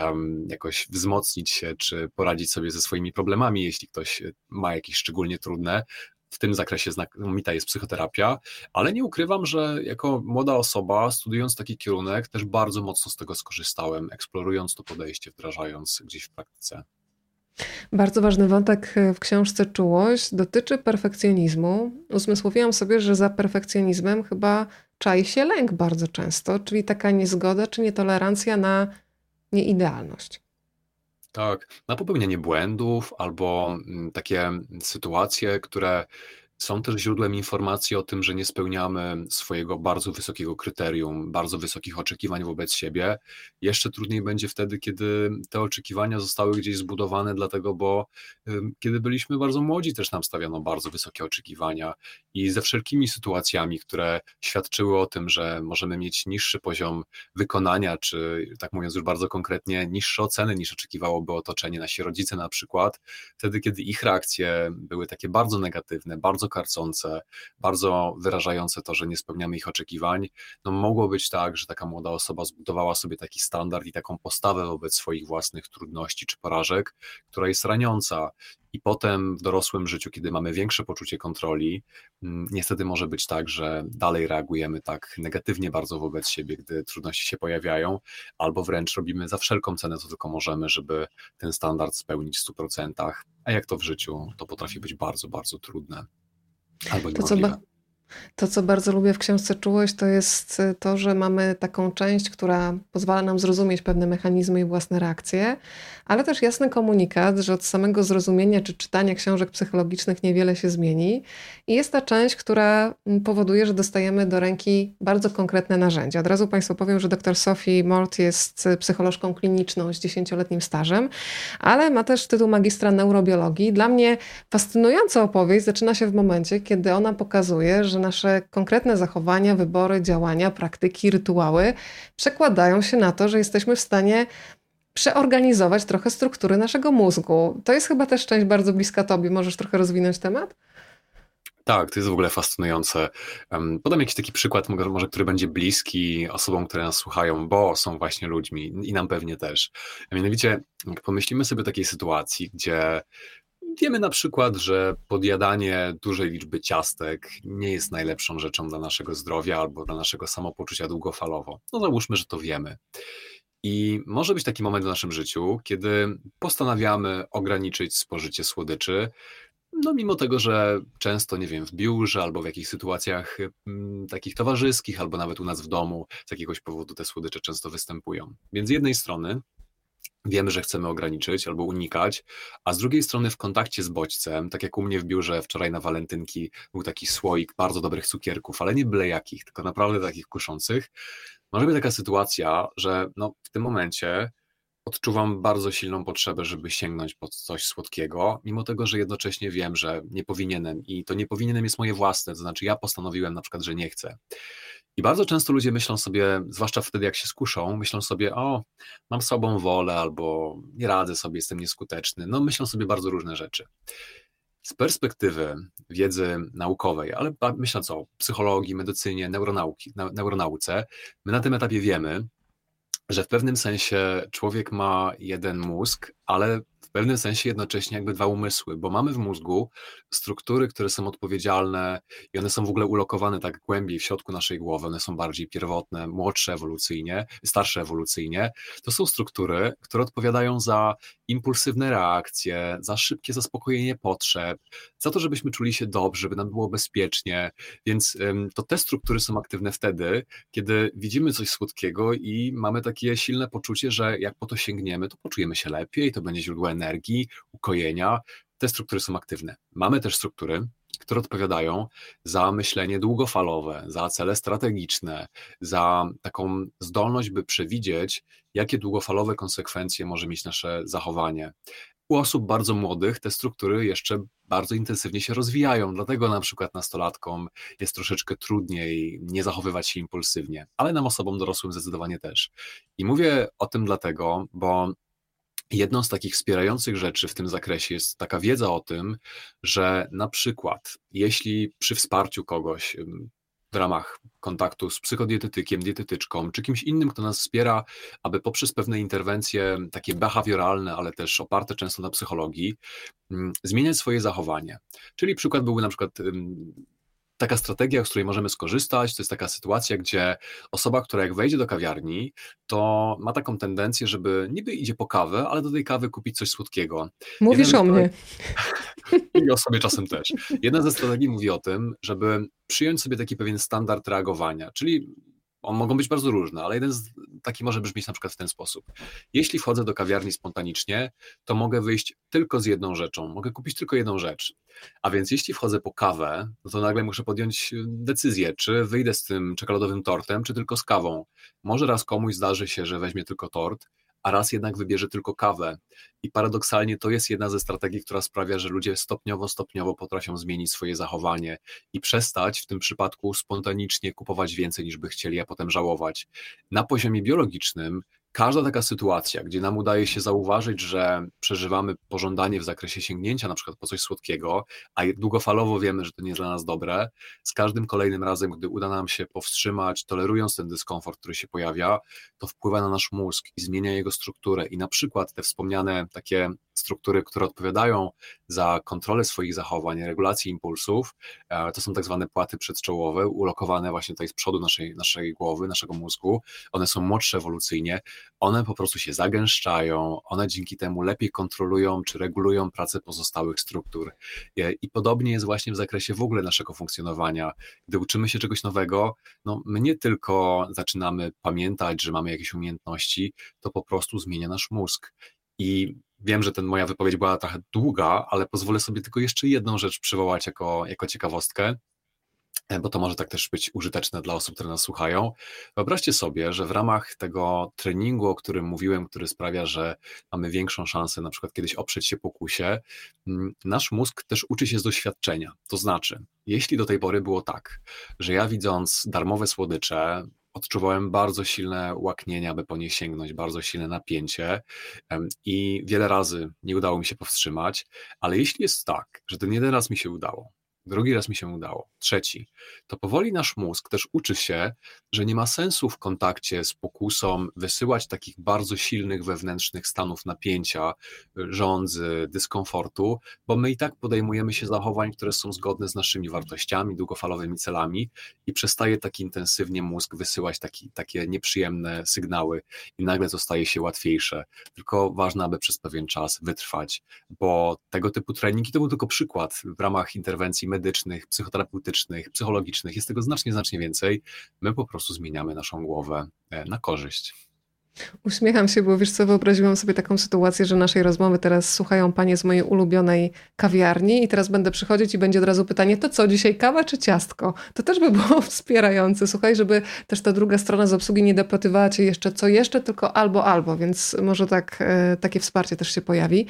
jakoś wzmocnić się, czy poradzić sobie ze swoimi problemami, jeśli ktoś ma jakieś szczególnie trudne. W tym zakresie znakomita jest psychoterapia, ale nie ukrywam, że jako młoda osoba, studiując taki kierunek, też bardzo mocno z tego skorzystałem, eksplorując to podejście, wdrażając gdzieś w praktyce. Bardzo ważny wątek w książce Czułość dotyczy perfekcjonizmu. Uzmysłowiłam sobie, że za perfekcjonizmem chyba czai się lęk bardzo często, czyli taka niezgoda czy nietolerancja na nieidealność. Tak, na popełnianie błędów albo takie sytuacje, które są też źródłem informacji o tym, że nie spełniamy swojego bardzo wysokiego kryterium, bardzo wysokich oczekiwań wobec siebie. Jeszcze trudniej będzie wtedy, kiedy te oczekiwania zostały gdzieś zbudowane, dlatego, bo kiedy byliśmy bardzo młodzi, też nam stawiano bardzo wysokie oczekiwania i ze wszelkimi sytuacjami, które świadczyły o tym, że możemy mieć niższy poziom wykonania, czy tak mówiąc już bardzo konkretnie, niższe oceny niż oczekiwałoby otoczenie, nasi rodzice na przykład, wtedy, kiedy ich reakcje były takie bardzo negatywne, bardzo karcące, bardzo wyrażające to, że nie spełniamy ich oczekiwań, no mogło być tak, że taka młoda osoba zbudowała sobie taki standard i taką postawę wobec swoich własnych trudności czy porażek, która jest raniąca. I potem w dorosłym życiu, kiedy mamy większe poczucie kontroli, niestety może być tak, że dalej reagujemy tak negatywnie bardzo wobec siebie, gdy trudności się pojawiają, albo wręcz robimy za wszelką cenę, co tylko możemy, żeby ten standard spełnić w 100%. A jak to w życiu, to potrafi być bardzo, bardzo trudne albo To, co, niemożliwe. To, co bardzo lubię w książce Czułość, to jest to, że mamy taką część, która pozwala nam zrozumieć pewne mechanizmy i własne reakcje, ale też jasny komunikat, że od samego zrozumienia czy czytania książek psychologicznych niewiele się zmieni. I jest ta część, która powoduje, że dostajemy do ręki bardzo konkretne narzędzia. Od razu Państwu powiem, że dr Sophie Mort jest psycholożką kliniczną z 10-letnim stażem, ale ma też tytuł magistra neurobiologii. Dla mnie fascynująca opowieść zaczyna się w momencie, kiedy ona pokazuje, że nasze konkretne zachowania, wybory, działania, praktyki, rytuały przekładają się na to, że jesteśmy w stanie przeorganizować trochę struktury naszego mózgu. To jest chyba też część bardzo bliska Tobie. Możesz trochę rozwinąć temat? Tak, to jest w ogóle fascynujące. Podam jakiś taki przykład, może który będzie bliski osobom, które nas słuchają, bo są właśnie ludźmi i nam pewnie też. A mianowicie, jak pomyślimy sobie o takiej sytuacji, gdzie wiemy na przykład, że podjadanie dużej liczby ciastek nie jest najlepszą rzeczą dla naszego zdrowia albo dla naszego samopoczucia długofalowo. No załóżmy, że to wiemy. I może być taki moment w naszym życiu, kiedy postanawiamy ograniczyć spożycie słodyczy, no mimo tego, że często, nie wiem, w biurze albo w jakichś sytuacjach takich towarzyskich, albo nawet u nas w domu z jakiegoś powodu te słodycze często występują. Więc z jednej strony wiemy, że chcemy ograniczyć albo unikać, a z drugiej strony w kontakcie z bodźcem, tak jak u mnie w biurze wczoraj na walentynki był taki słoik bardzo dobrych cukierków, ale nie byle jakich, tylko naprawdę takich kuszących, może być taka sytuacja, że no, w tym momencie odczuwam bardzo silną potrzebę, żeby sięgnąć po coś słodkiego, mimo tego, że jednocześnie wiem, że nie powinienem i to nie powinienem jest moje własne, to znaczy ja postanowiłem na przykład, że nie chcę. I bardzo często ludzie myślą sobie, zwłaszcza wtedy jak się skuszą, myślą sobie, o, mam słabą wolę albo nie radzę sobie, jestem nieskuteczny. No myślą sobie bardzo różne rzeczy. Z perspektywy wiedzy naukowej, ale myśląc o psychologii, medycynie, neuronauce, my na tym etapie wiemy, że w pewnym sensie człowiek ma jeden mózg, ale w pewnym sensie jednocześnie jakby dwa umysły, bo mamy w mózgu struktury, które są odpowiedzialne i one są w ogóle ulokowane tak głębiej w środku naszej głowy, one są bardziej pierwotne, młodsze ewolucyjnie, starsze ewolucyjnie. To są struktury, które odpowiadają za impulsywne reakcje, za szybkie zaspokojenie potrzeb, za to, żebyśmy czuli się dobrze, żeby nam było bezpiecznie, więc to te struktury są aktywne wtedy, kiedy widzimy coś słodkiego i mamy takie silne poczucie, że jak po to sięgniemy, to poczujemy się lepiej, to będzie źródło energii, ukojenia. Te struktury są aktywne. Mamy też struktury, które odpowiadają za myślenie długofalowe, za cele strategiczne, za taką zdolność, by przewidzieć, jakie długofalowe konsekwencje może mieć nasze zachowanie. U osób bardzo młodych te struktury jeszcze bardzo intensywnie się rozwijają, dlatego na przykład nastolatkom jest troszeczkę trudniej nie zachowywać się impulsywnie, ale nam osobom dorosłym zdecydowanie też. I mówię o tym dlatego, bo jedną z takich wspierających rzeczy w tym zakresie jest taka wiedza o tym, że na przykład jeśli przy wsparciu kogoś w ramach kontaktu z psychodietetykiem, dietetyczką, czy kimś innym, kto nas wspiera, aby poprzez pewne interwencje takie behawioralne, ale też oparte często na psychologii, zmieniać swoje zachowanie. Czyli przykład byłby na przykład taka strategia, z której możemy skorzystać, to jest taka sytuacja, gdzie osoba, która jak wejdzie do kawiarni, to ma taką tendencję, żeby niby idzie po kawę, ale do tej kawy kupić coś słodkiego. Mówisz o mnie. I o sobie czasem też. Jedna ze strategii mówi o tym, żeby przyjąć sobie taki pewien standard reagowania, czyli mogą być bardzo różne, ale jeden taki może brzmieć na przykład w ten sposób. Jeśli wchodzę do kawiarni spontanicznie, to mogę wyjść tylko z jedną rzeczą, mogę kupić tylko jedną rzecz. A więc jeśli wchodzę po kawę, no to nagle muszę podjąć decyzję, czy wyjdę z tym czekoladowym tortem, czy tylko z kawą. Może raz komuś zdarzy się, że weźmie tylko tort, a raz jednak wybierze tylko kawę. I paradoksalnie to jest jedna ze strategii, która sprawia, że ludzie stopniowo potrafią zmienić swoje zachowanie i przestać w tym przypadku spontanicznie kupować więcej niż by chcieli, a potem żałować. Na poziomie biologicznym każda taka sytuacja, gdzie nam udaje się zauważyć, że przeżywamy pożądanie w zakresie sięgnięcia na przykład po coś słodkiego, a długofalowo wiemy, że to nie jest dla nas dobre, z każdym kolejnym razem, gdy uda nam się powstrzymać, tolerując ten dyskomfort, który się pojawia, to wpływa na nasz mózg i zmienia jego strukturę. I na przykład te wspomniane takie struktury, które odpowiadają za kontrolę swoich zachowań, regulację impulsów, to są tak zwane płaty przedczołowe, ulokowane właśnie tutaj z przodu naszej głowy, naszego mózgu. One są młodsze ewolucyjnie, one po prostu się zagęszczają, one dzięki temu lepiej kontrolują czy regulują pracę pozostałych struktur. I podobnie jest właśnie w zakresie w ogóle naszego funkcjonowania. Gdy uczymy się czegoś nowego, no my nie tylko zaczynamy pamiętać, że mamy jakieś umiejętności, to po prostu zmienia nasz mózg. I wiem, że moja wypowiedź była trochę długa, ale pozwolę sobie tylko jeszcze jedną rzecz przywołać jako ciekawostkę, bo to może tak też być użyteczne dla osób, które nas słuchają. Wyobraźcie sobie, że w ramach tego treningu, o którym mówiłem, który sprawia, że mamy większą szansę na przykład kiedyś oprzeć się pokusie, nasz mózg też uczy się z doświadczenia. To znaczy, jeśli do tej pory było tak, że ja widząc darmowe słodycze, odczuwałem bardzo silne łaknienie, aby po nie sięgnąć, bardzo silne napięcie i wiele razy nie udało mi się powstrzymać, ale jeśli jest tak, że ten jeden raz mi się udało, drugi raz mi się udało, trzeci, to powoli nasz mózg też uczy się, że nie ma sensu w kontakcie z pokusą wysyłać takich bardzo silnych wewnętrznych stanów napięcia, żądzy, dyskomfortu, bo my i tak podejmujemy się zachowań, które są zgodne z naszymi wartościami, długofalowymi celami i przestaje tak intensywnie mózg wysyłać takie nieprzyjemne sygnały i nagle to staje się łatwiejsze. Tylko ważne, aby przez pewien czas wytrwać, bo tego typu treningi to był tylko przykład w ramach interwencji medycznych, psychoterapeutycznych, psychologicznych. Jest tego znacznie, znacznie więcej. My po prostu zmieniamy naszą głowę na korzyść. Uśmiecham się, bo wiesz co, wyobraziłam sobie taką sytuację, że naszej rozmowy teraz słuchają panie z mojej ulubionej kawiarni i teraz będę przychodzić i będzie od razu pytanie, to co, dzisiaj kawa czy ciastko? To też by było wspierające, słuchaj, żeby też ta druga strona z obsługi nie dopytywała cię jeszcze, co jeszcze, tylko albo, więc może takie wsparcie też się pojawi.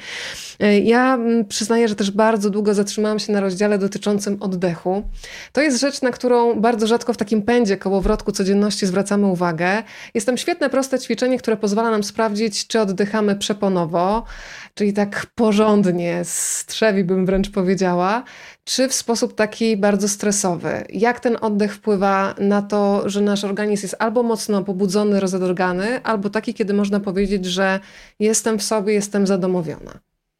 Ja przyznaję, że też bardzo długo zatrzymałam się na rozdziale dotyczącym oddechu. To jest rzecz, na którą bardzo rzadko w takim pędzie, kołowrotku codzienności zwracamy uwagę. Jest tam świetne, proste ćwiczenie, które pozwala nam sprawdzić, czy oddychamy przeponowo, czyli tak porządnie, z trzewi bym wręcz powiedziała, czy w sposób taki bardzo stresowy. Jak ten oddech wpływa na to, że nasz organizm jest albo mocno pobudzony, rozedrgany, albo taki, kiedy można powiedzieć, że jestem w sobie, jestem zadomowiona.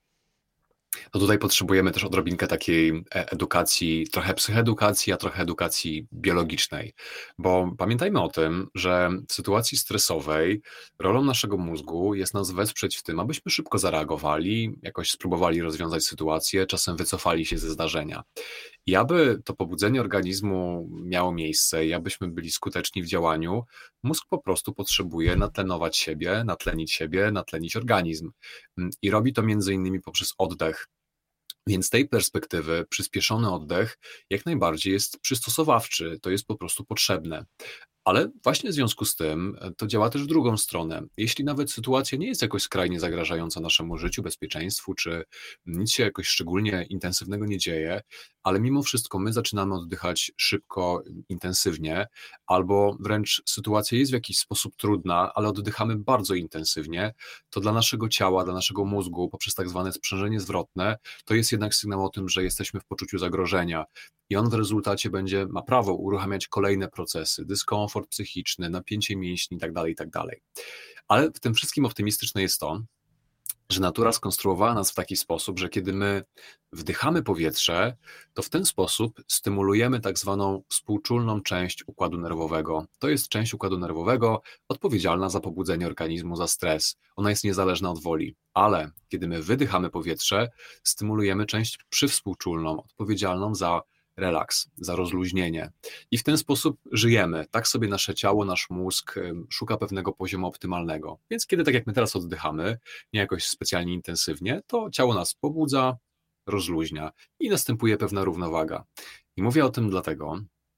To tutaj potrzebujemy też odrobinkę takiej edukacji, trochę psychoedukacji, a trochę edukacji biologicznej, bo pamiętajmy o tym, że w sytuacji stresowej rolą naszego mózgu jest nas wesprzeć w tym, abyśmy szybko zareagowali, jakoś spróbowali rozwiązać sytuację, czasem wycofali się ze zdarzenia. I aby to pobudzenie organizmu miało miejsce i abyśmy byli skuteczni w działaniu, mózg po prostu potrzebuje natlenować siebie, natlenić natlenić organizm. I robi to między innymi poprzez oddech. Więc z tej perspektywy przyspieszony oddech jak najbardziej jest przystosowawczy, to jest po prostu potrzebne. Ale właśnie w związku z tym to działa też w drugą stronę. Jeśli nawet sytuacja nie jest jakoś skrajnie zagrażająca naszemu życiu, bezpieczeństwu, czy nic się jakoś szczególnie intensywnego nie dzieje, ale mimo wszystko my zaczynamy oddychać szybko, intensywnie, albo wręcz sytuacja jest w jakiś sposób trudna, ale oddychamy bardzo intensywnie, to dla naszego ciała, dla naszego mózgu, poprzez tak zwane sprzężenie zwrotne, to jest jednak sygnał o tym, że jesteśmy w poczuciu zagrożenia. I on w rezultacie ma prawo uruchamiać kolejne procesy, dyskomfort psychiczny, napięcie mięśni itd., itd. Ale w tym wszystkim optymistyczne jest to, że natura skonstruowała nas w taki sposób, że kiedy my wdychamy powietrze, to w ten sposób stymulujemy tak zwaną współczulną część układu nerwowego. To jest część układu nerwowego odpowiedzialna za pobudzenie organizmu, za stres. Ona jest niezależna od woli, ale kiedy my wydychamy powietrze, stymulujemy część przywspółczulną, odpowiedzialną za relaks, za rozluźnienie. I w ten sposób żyjemy. Tak sobie nasze ciało, nasz mózg szuka pewnego poziomu optymalnego. Więc kiedy tak jak my teraz oddychamy, nie jakoś specjalnie intensywnie, to ciało nas pobudza, rozluźnia i następuje pewna równowaga. I mówię o tym dlatego,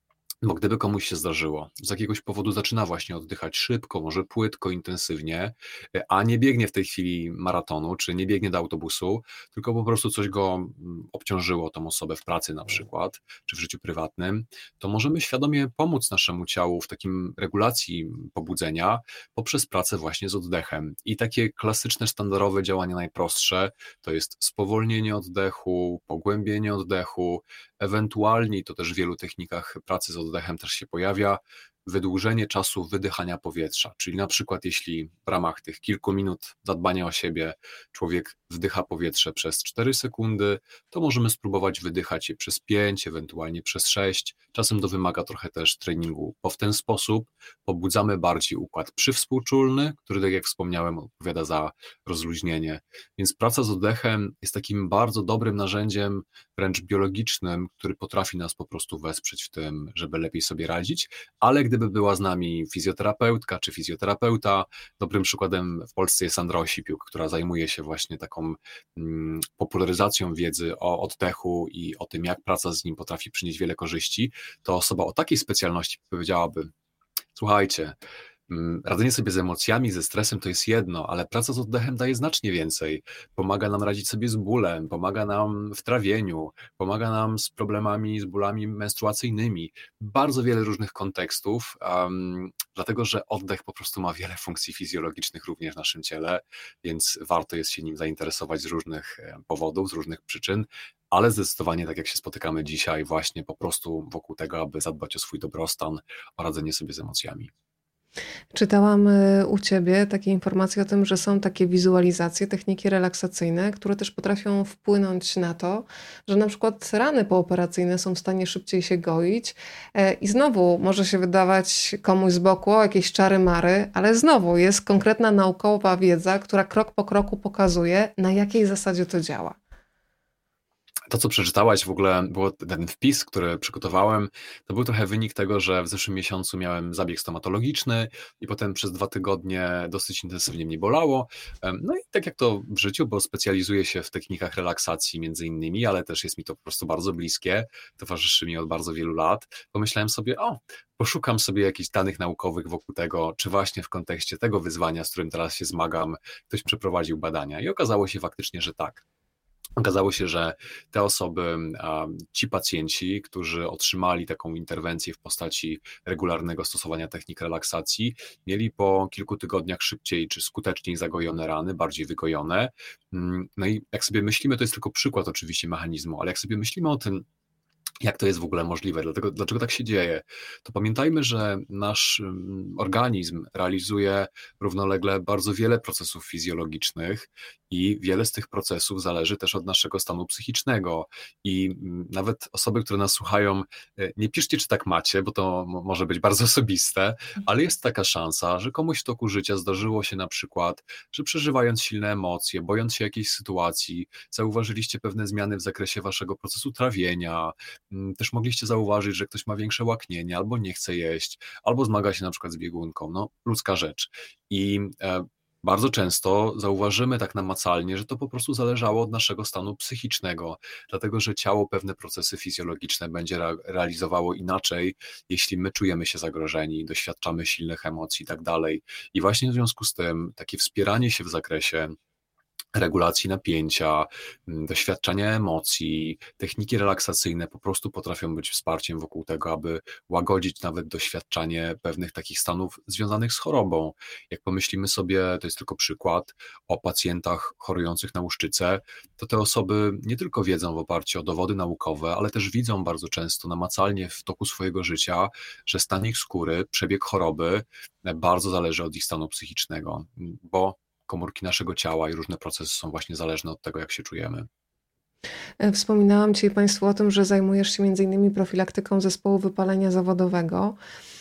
Bo gdyby komuś się zdarzyło, z jakiegoś powodu zaczyna właśnie oddychać szybko, może płytko, intensywnie, a nie biegnie w tej chwili maratonu, czy nie biegnie do autobusu, tylko po prostu coś go obciążyło, tą osobę w pracy na przykład, czy w życiu prywatnym, to możemy świadomie pomóc naszemu ciału w takim regulacji pobudzenia poprzez pracę właśnie z oddechem. I takie klasyczne, sztandarowe działania najprostsze to jest spowolnienie oddechu, pogłębienie oddechu, ewentualnie, i to też w wielu technikach pracy z oddechem też się pojawia, wydłużenie czasu wydychania powietrza. Czyli na przykład jeśli w ramach tych kilku minut zadbania o siebie człowiek wdycha powietrze przez 4 sekundy, to możemy spróbować wydychać je przez 5, ewentualnie przez 6. Czasem to wymaga trochę też treningu, bo w ten sposób pobudzamy bardziej układ przywspółczulny, który, tak jak wspomniałem, odpowiada za rozluźnienie. Więc praca z oddechem jest takim bardzo dobrym narzędziem, wręcz biologicznym, który potrafi nas po prostu wesprzeć w tym, żeby lepiej sobie radzić, ale gdyby była z nami fizjoterapeutka czy fizjoterapeuta, dobrym przykładem w Polsce jest Sandra Osipiuk, która zajmuje się właśnie taką popularyzacją wiedzy o oddechu i o tym, jak praca z nim potrafi przynieść wiele korzyści, to osoba o takiej specjalności powiedziałaby: słuchajcie, radzenie sobie z emocjami, ze stresem to jest jedno, ale praca z oddechem daje znacznie więcej. Pomaga nam radzić sobie z bólem, pomaga nam w trawieniu, pomaga nam z problemami, z bólami menstruacyjnymi. Bardzo wiele różnych kontekstów, dlatego że oddech po prostu ma wiele funkcji fizjologicznych również w naszym ciele, więc warto jest się nim zainteresować z różnych powodów, z różnych przyczyn, ale zdecydowanie, tak jak się spotykamy dzisiaj, właśnie po prostu wokół tego, aby zadbać o swój dobrostan, o radzenie sobie z emocjami. Czytałam u Ciebie takie informacje o tym, że są takie wizualizacje, techniki relaksacyjne, które też potrafią wpłynąć na to, że na przykład rany pooperacyjne są w stanie szybciej się goić i znowu może się wydawać komuś z boku o jakieś czary-mary, ale znowu jest konkretna naukowa wiedza, która krok po kroku pokazuje, na jakiej zasadzie to działa. To, co przeczytałaś w ogóle, było ten wpis, który przygotowałem, to był trochę wynik tego, że w zeszłym miesiącu miałem zabieg stomatologiczny i potem przez 2 tygodnie dosyć intensywnie mnie bolało. No i tak jak to w życiu, bo specjalizuję się w technikach relaksacji między innymi, ale też jest mi to po prostu bardzo bliskie, towarzyszy mi od bardzo wielu lat, pomyślałem sobie, poszukam sobie jakichś danych naukowych wokół tego, czy właśnie w kontekście tego wyzwania, z którym teraz się zmagam, ktoś przeprowadził badania i okazało się faktycznie, że tak. Okazało się, że te osoby, ci pacjenci, którzy otrzymali taką interwencję w postaci regularnego stosowania technik relaksacji, mieli po kilku tygodniach szybciej czy skuteczniej zagojone rany, bardziej wygojone. No i jak sobie myślimy, to jest tylko przykład oczywiście mechanizmu, ale jak sobie myślimy o tym, jak to jest w ogóle możliwe, dlaczego tak się dzieje, to pamiętajmy, że nasz organizm realizuje równolegle bardzo wiele procesów fizjologicznych i wiele z tych procesów zależy też od naszego stanu psychicznego. I nawet osoby, które nas słuchają, nie piszcie, czy tak macie, bo to może być bardzo osobiste, ale jest taka szansa, że komuś w toku życia zdarzyło się na przykład, że przeżywając silne emocje, bojąc się jakiejś sytuacji, zauważyliście pewne zmiany w zakresie waszego procesu trawienia. Też mogliście zauważyć, że ktoś ma większe łaknienie, albo nie chce jeść, albo zmaga się na przykład z biegunką. No, ludzka rzecz. I bardzo często zauważymy tak namacalnie, że to po prostu zależało od naszego stanu psychicznego, dlatego że ciało pewne procesy fizjologiczne będzie realizowało inaczej, jeśli my czujemy się zagrożeni, doświadczamy silnych emocji i tak dalej. I właśnie w związku z tym takie wspieranie się w zakresie regulacji napięcia, doświadczania emocji, techniki relaksacyjne po prostu potrafią być wsparciem wokół tego, aby łagodzić nawet doświadczanie pewnych takich stanów związanych z chorobą. Jak pomyślimy sobie, to jest tylko przykład, o pacjentach chorujących na łuszczycę, to te osoby nie tylko wiedzą w oparciu o dowody naukowe, ale też widzą bardzo często namacalnie w toku swojego życia, że stan ich skóry, przebieg choroby bardzo zależy od ich stanu psychicznego, bo komórki naszego ciała i różne procesy są właśnie zależne od tego, jak się czujemy. Wspominałam Ci Państwu o tym, że zajmujesz się między innymi profilaktyką zespołu wypalenia zawodowego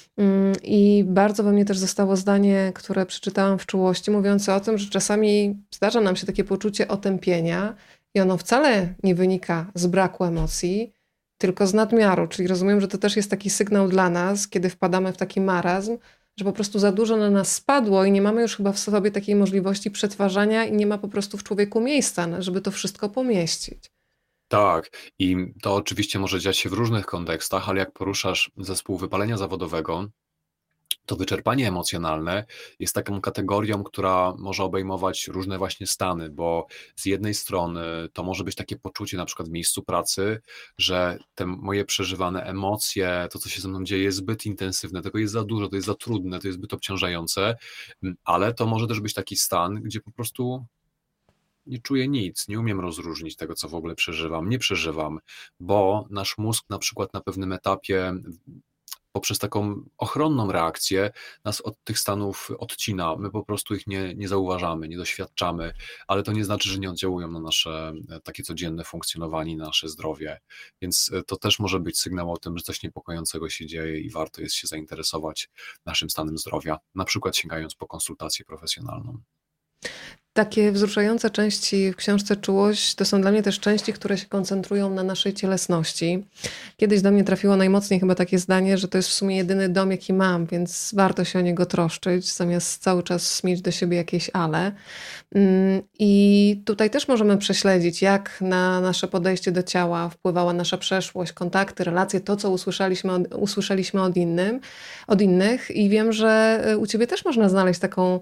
i bardzo we mnie też zostało zdanie, które przeczytałam w czułości, mówiące o tym, że czasami zdarza nam się takie poczucie otępienia i ono wcale nie wynika z braku emocji, tylko z nadmiaru, czyli rozumiem, że to też jest taki sygnał dla nas, kiedy wpadamy w taki marazm, że po prostu za dużo na nas spadło i nie mamy już chyba w sobie takiej możliwości przetwarzania i nie ma po prostu w człowieku miejsca, żeby to wszystko pomieścić. Tak, i to oczywiście może dziać się w różnych kontekstach, ale jak poruszasz zespół wypalenia zawodowego, to wyczerpanie emocjonalne jest taką kategorią, która może obejmować różne właśnie stany, bo z jednej strony to może być takie poczucie na przykład w miejscu pracy, że te moje przeżywane emocje, to co się ze mną dzieje jest zbyt intensywne, tego jest za dużo, to jest za trudne, to jest zbyt obciążające, ale to może też być taki stan, gdzie po prostu nie czuję nic, nie umiem rozróżnić tego, co w ogóle przeżywam, nie przeżywam, bo nasz mózg na przykład na pewnym etapie poprzez taką ochronną reakcję nas od tych stanów odcina. My po prostu ich nie zauważamy, nie doświadczamy, ale to nie znaczy, że nie oddziałują na nasze takie codzienne funkcjonowanie, na nasze zdrowie. Więc to też może być sygnał o tym, że coś niepokojącego się dzieje i warto jest się zainteresować naszym stanem zdrowia, na przykład sięgając po konsultację profesjonalną. Takie wzruszające części w książce Czułość to są dla mnie też części, które się koncentrują na naszej cielesności. Kiedyś do mnie trafiło najmocniej chyba takie zdanie, że to jest w sumie jedyny dom, jaki mam, więc warto się o niego troszczyć, zamiast cały czas mieć do siebie jakieś ale. I tutaj też możemy prześledzić, jak na nasze podejście do ciała wpływała nasza przeszłość, kontakty, relacje, to, co usłyszeliśmy od innych. I wiem, że u ciebie też można znaleźć taką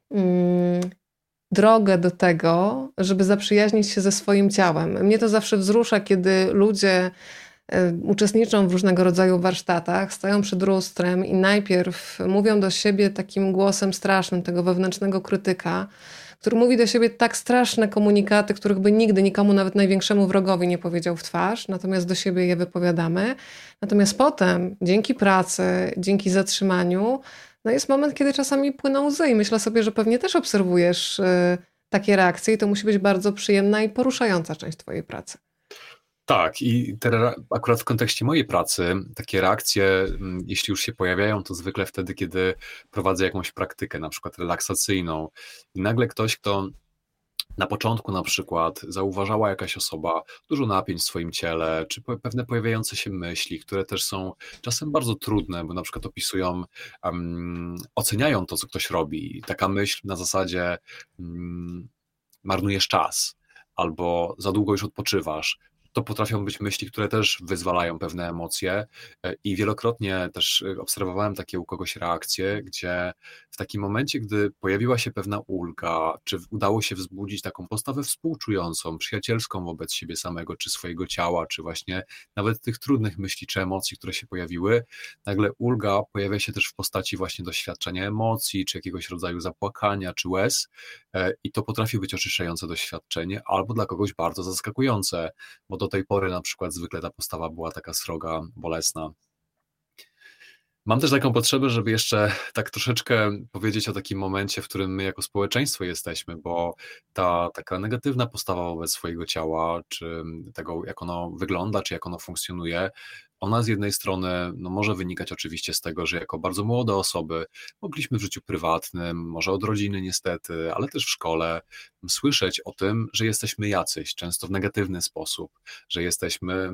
drogę do tego, żeby zaprzyjaźnić się ze swoim ciałem. Mnie to zawsze wzrusza, kiedy ludzie uczestniczą w różnego rodzaju warsztatach, stoją przed lustrem i najpierw mówią do siebie takim głosem strasznym, tego wewnętrznego krytyka, który mówi do siebie tak straszne komunikaty, których by nigdy nikomu, nawet największemu wrogowi nie powiedział w twarz, natomiast do siebie je wypowiadamy. Natomiast potem, dzięki pracy, dzięki zatrzymaniu, no jest moment, kiedy czasami płyną łzy i myślę sobie, że pewnie też obserwujesz takie reakcje i to musi być bardzo przyjemna i poruszająca część twojej pracy. Tak, i akurat w kontekście mojej pracy takie reakcje, jeśli już się pojawiają, to zwykle wtedy, kiedy prowadzę jakąś praktykę, na przykład relaksacyjną i nagle ktoś, kto na początku na przykład zauważała jakaś osoba dużo napięć w swoim ciele, czy pewne pojawiające się myśli, które też są czasem bardzo trudne, bo na przykład opisują, oceniają to, co ktoś robi. I taka myśl na zasadzie marnujesz czas albo za długo już odpoczywasz. To potrafią być myśli, które też wyzwalają pewne emocje i wielokrotnie też obserwowałem takie u kogoś reakcje, gdzie w takim momencie, gdy pojawiła się pewna ulga, czy udało się wzbudzić taką postawę współczującą, przyjacielską wobec siebie samego, czy swojego ciała, czy właśnie nawet tych trudnych myśli, czy emocji, które się pojawiły, nagle ulga pojawia się też w postaci właśnie doświadczenia emocji, czy jakiegoś rodzaju zapłakania, czy łez i to potrafi być oczyszczające doświadczenie, albo dla kogoś bardzo zaskakujące, bo do tej pory na przykład zwykle ta postawa była taka sroga, bolesna. Mam też taką potrzebę, żeby jeszcze tak troszeczkę powiedzieć o takim momencie, w którym my jako społeczeństwo jesteśmy, bo ta taka negatywna postawa wobec swojego ciała, czy tego, jak ono wygląda, czy jak ono funkcjonuje, ona z jednej strony no, może wynikać oczywiście z tego, że jako bardzo młode osoby mogliśmy w życiu prywatnym, może od rodziny niestety, ale też w szkole, słyszeć o tym, że jesteśmy jacyś, często w negatywny sposób, że jesteśmy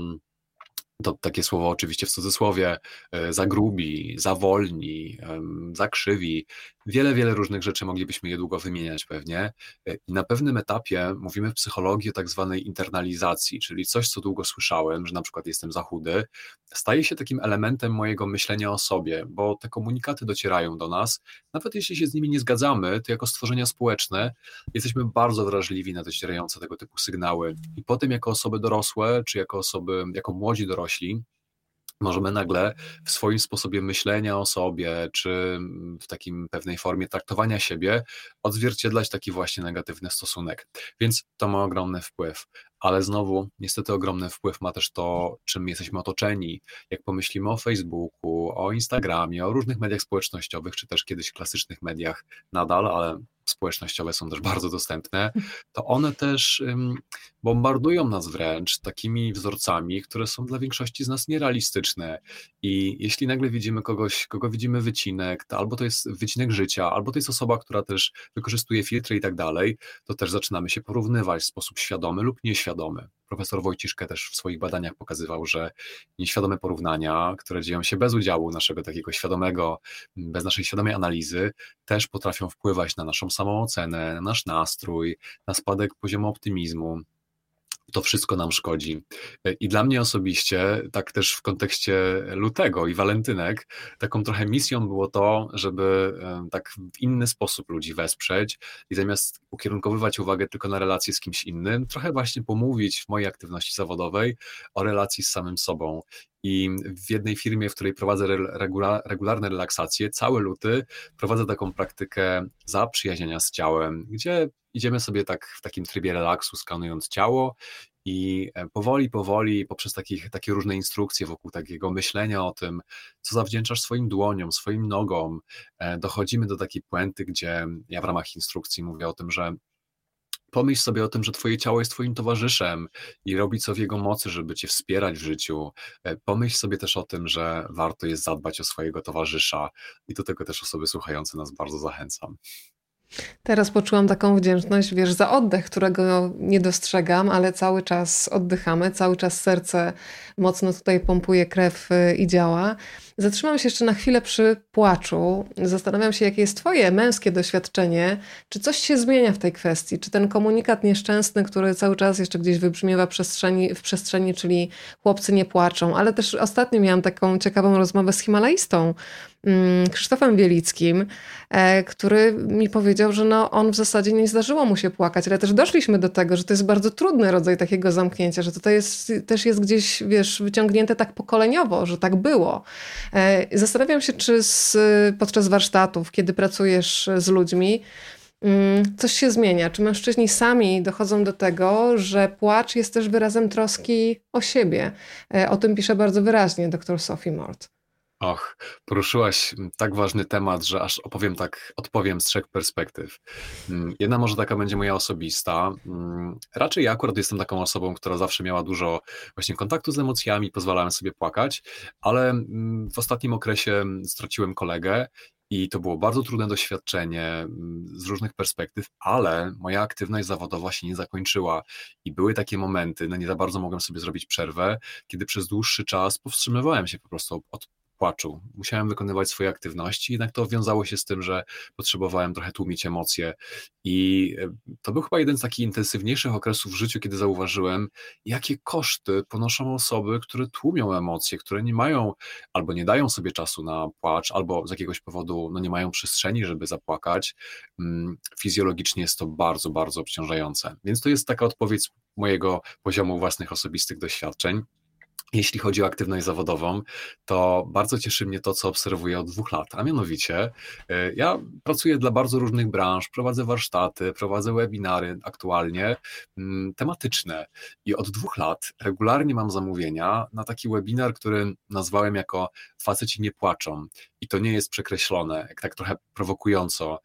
to takie słowo oczywiście w cudzysłowie, za grubi, za wolni, za krzywi. Wiele różnych rzeczy moglibyśmy je długo wymieniać pewnie. I na pewnym etapie mówimy w psychologii o tak zwanej internalizacji, czyli coś, co długo słyszałem, że na przykład jestem za chudy, staje się takim elementem mojego myślenia o sobie, bo te komunikaty docierają do nas. Nawet jeśli się z nimi nie zgadzamy, to jako stworzenia społeczne jesteśmy bardzo wrażliwi na docierające tego typu sygnały. I potem jako osoby dorosłe, czy jako osoby, jako młodzi dorośli, możemy nagle w swoim sposobie myślenia o sobie, czy w takim pewnej formie traktowania siebie odzwierciedlać taki właśnie negatywny stosunek. Więc to ma ogromny wpływ. Ale znowu, niestety ogromny wpływ ma też to, czym jesteśmy otoczeni. Jak pomyślimy o Facebooku, o Instagramie, o różnych mediach społecznościowych, czy też kiedyś klasycznych mediach nadal, ale społecznościowe są też bardzo dostępne, to one też bombardują nas wręcz takimi wzorcami, które są dla większości z nas nierealistyczne. I jeśli nagle widzimy kogoś, kogo widzimy wycinek, to albo to jest wycinek życia, albo to jest osoba, która też wykorzystuje filtry i tak dalej, to też zaczynamy się porównywać w sposób świadomy lub nieświadomy. Profesor Wojciszkę też w swoich badaniach pokazywał, że nieświadome porównania, które dzieją się bez udziału naszego takiego świadomego, bez naszej świadomej analizy, też potrafią wpływać na naszą samoocenę, na nasz nastrój, na spadek poziomu optymizmu. to wszystko nam szkodzi. I dla mnie osobiście, tak też w kontekście lutego i walentynek, taką trochę misją było to, żeby tak w inny sposób ludzi wesprzeć i zamiast ukierunkowywać uwagę tylko na relacje z kimś innym, trochę właśnie pomówić w mojej aktywności zawodowej o relacji z samym sobą. I w jednej firmie, w której prowadzę regularne relaksacje, cały luty prowadzę taką praktykę zaprzyjaźnienia z ciałem, gdzie idziemy sobie tak w takim trybie relaksu, skanując ciało i powoli, poprzez takie różne instrukcje wokół takiego myślenia o tym, co zawdzięczasz swoim dłoniom, swoim nogom, dochodzimy do takiej puenty, gdzie ja w ramach instrukcji mówię o tym, że pomyśl sobie o tym, że twoje ciało jest twoim towarzyszem i robi co w jego mocy, żeby cię wspierać w życiu. Pomyśl sobie też o tym, że warto jest zadbać o swojego towarzysza i do tego też osoby słuchające nas bardzo zachęcam. Teraz poczułam taką wdzięczność, wiesz, za oddech, którego nie dostrzegam, ale cały czas oddychamy, cały czas serce mocno tutaj pompuje krew i działa. Zatrzymam się jeszcze na chwilę przy płaczu. Zastanawiam się, jakie jest twoje męskie doświadczenie. Czy coś się zmienia w tej kwestii? Czy ten komunikat nieszczęsny, który cały czas jeszcze gdzieś wybrzmiewa w przestrzeni, czyli chłopcy nie płaczą, ale też ostatnio miałam taką ciekawą rozmowę z himalaistą, Krzysztofem Bielickim, który mi powiedział, że no, on w zasadzie nie zdarzyło mu się płakać, ale też doszliśmy do tego, że to jest bardzo trudny rodzaj takiego zamknięcia, że to też jest gdzieś, wiesz, wyciągnięte tak pokoleniowo, że tak było. Zastanawiam się, czy podczas warsztatów, kiedy pracujesz z ludźmi, coś się zmienia. Czy mężczyźni sami dochodzą do tego, że płacz jest też wyrazem troski o siebie? O tym pisze bardzo wyraźnie dr Sophie Mort. Och, poruszyłaś tak ważny temat, że aż odpowiem z 3 perspektyw. Jedna może taka będzie moja osobista. Raczej ja akurat jestem taką osobą, która zawsze miała dużo właśnie kontaktu z emocjami, pozwalałem sobie płakać, ale w ostatnim okresie straciłem kolegę i to było bardzo trudne doświadczenie z różnych perspektyw, ale moja aktywność zawodowa się nie zakończyła i były takie momenty, no nie za bardzo mogłem sobie zrobić przerwę, kiedy przez dłuższy czas powstrzymywałem się po prostu od płaczu. Musiałem wykonywać swoje aktywności, jednak to wiązało się z tym, że potrzebowałem trochę tłumić emocje i to był chyba jeden z takich intensywniejszych okresów w życiu, kiedy zauważyłem, jakie koszty ponoszą osoby, które tłumią emocje, które nie mają albo nie dają sobie czasu na płacz, albo z jakiegoś powodu no, nie mają przestrzeni, żeby zapłakać. Fizjologicznie jest to bardzo, bardzo obciążające. Więc to jest taka odpowiedź z mojego poziomu własnych osobistych doświadczeń. Jeśli chodzi o aktywność zawodową, to bardzo cieszy mnie to, co obserwuję od 2 lat, a mianowicie ja pracuję dla bardzo różnych branż, prowadzę warsztaty, prowadzę webinary aktualnie tematyczne i od 2 lat regularnie mam zamówienia na taki webinar, który nazwałem jako Faceci nie płaczą i to nie jest przekreślone, jak tak trochę prowokująco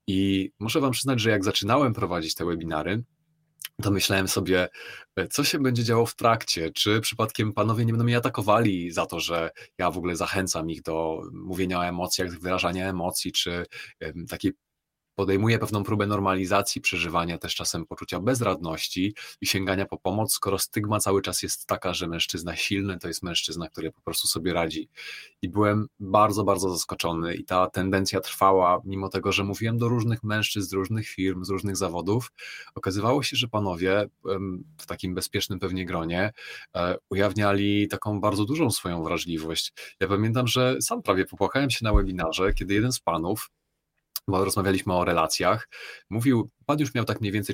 i muszę wam przyznać, że jak zaczynałem prowadzić te webinary, to myślałem sobie, co się będzie działo w trakcie, czy przypadkiem panowie nie będą mnie atakowali za to, że ja w ogóle zachęcam ich do mówienia o emocjach, wyrażania emocji, czy takiej podejmuje pewną próbę normalizacji przeżywania też czasem poczucia bezradności i sięgania po pomoc, skoro stygma cały czas jest taka, że mężczyzna silny to jest mężczyzna, który po prostu sobie radzi. I byłem bardzo, bardzo zaskoczony i ta tendencja trwała, mimo tego, że mówiłem do różnych mężczyzn, z różnych firm, z różnych zawodów. Okazywało się, że panowie w takim bezpiecznym pewnie gronie ujawniali taką bardzo dużą swoją wrażliwość. Ja pamiętam, że sam prawie popłakałem się na webinarze, kiedy jeden z panów, bo rozmawialiśmy o relacjach, pan już miał tak mniej więcej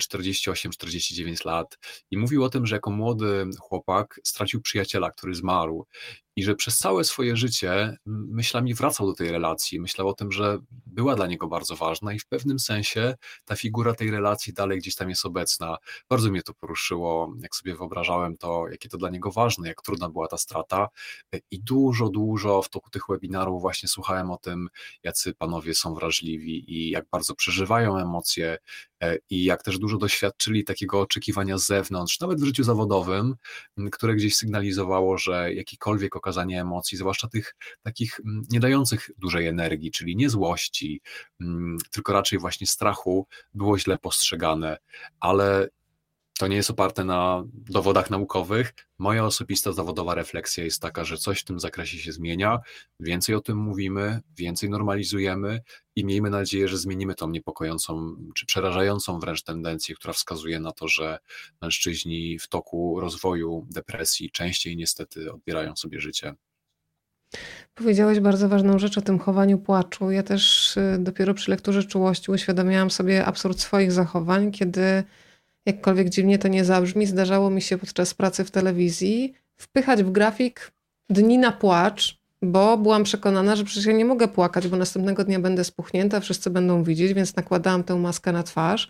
48-49 lat i mówił o tym, że jako młody chłopak stracił przyjaciela, który zmarł i że przez całe swoje życie myślami wracał do tej relacji, myślał o tym, że była dla niego bardzo ważna i w pewnym sensie ta figura tej relacji dalej gdzieś tam jest obecna. Bardzo mnie to poruszyło, jak sobie wyobrażałem to, jakie to dla niego ważne, jak trudna była ta strata i dużo w toku tych webinarów właśnie słuchałem o tym, jacy panowie są wrażliwi i jak bardzo przeżywają emocje i jak też dużo doświadczyli takiego oczekiwania z zewnątrz, nawet w życiu zawodowym, które gdzieś sygnalizowało, że jakikolwiek okazanie emocji, zwłaszcza tych takich nie dających dużej energii, czyli nie złości, tylko raczej właśnie strachu, było źle postrzegane, ale To nie jest oparte na dowodach naukowych. Moja osobista zawodowa refleksja jest taka, że coś w tym zakresie się zmienia, więcej o tym mówimy, więcej normalizujemy i miejmy nadzieję, że zmienimy tą niepokojącą czy przerażającą wręcz tendencję, która wskazuje na to, że mężczyźni w toku rozwoju depresji częściej niestety odbierają sobie życie. Powiedziałeś bardzo ważną rzecz o tym chowaniu płaczu. Ja też dopiero przy lekturze Czułości uświadomiłam sobie absurd swoich zachowań, kiedy, jakkolwiek dziwnie to nie zabrzmi, zdarzało mi się podczas pracy w telewizji wpychać w grafik dni na płacz, bo byłam przekonana, że przecież ja nie mogę płakać, bo następnego dnia będę spuchnięta, wszyscy będą widzieć, więc nakładałam tę maskę na twarz.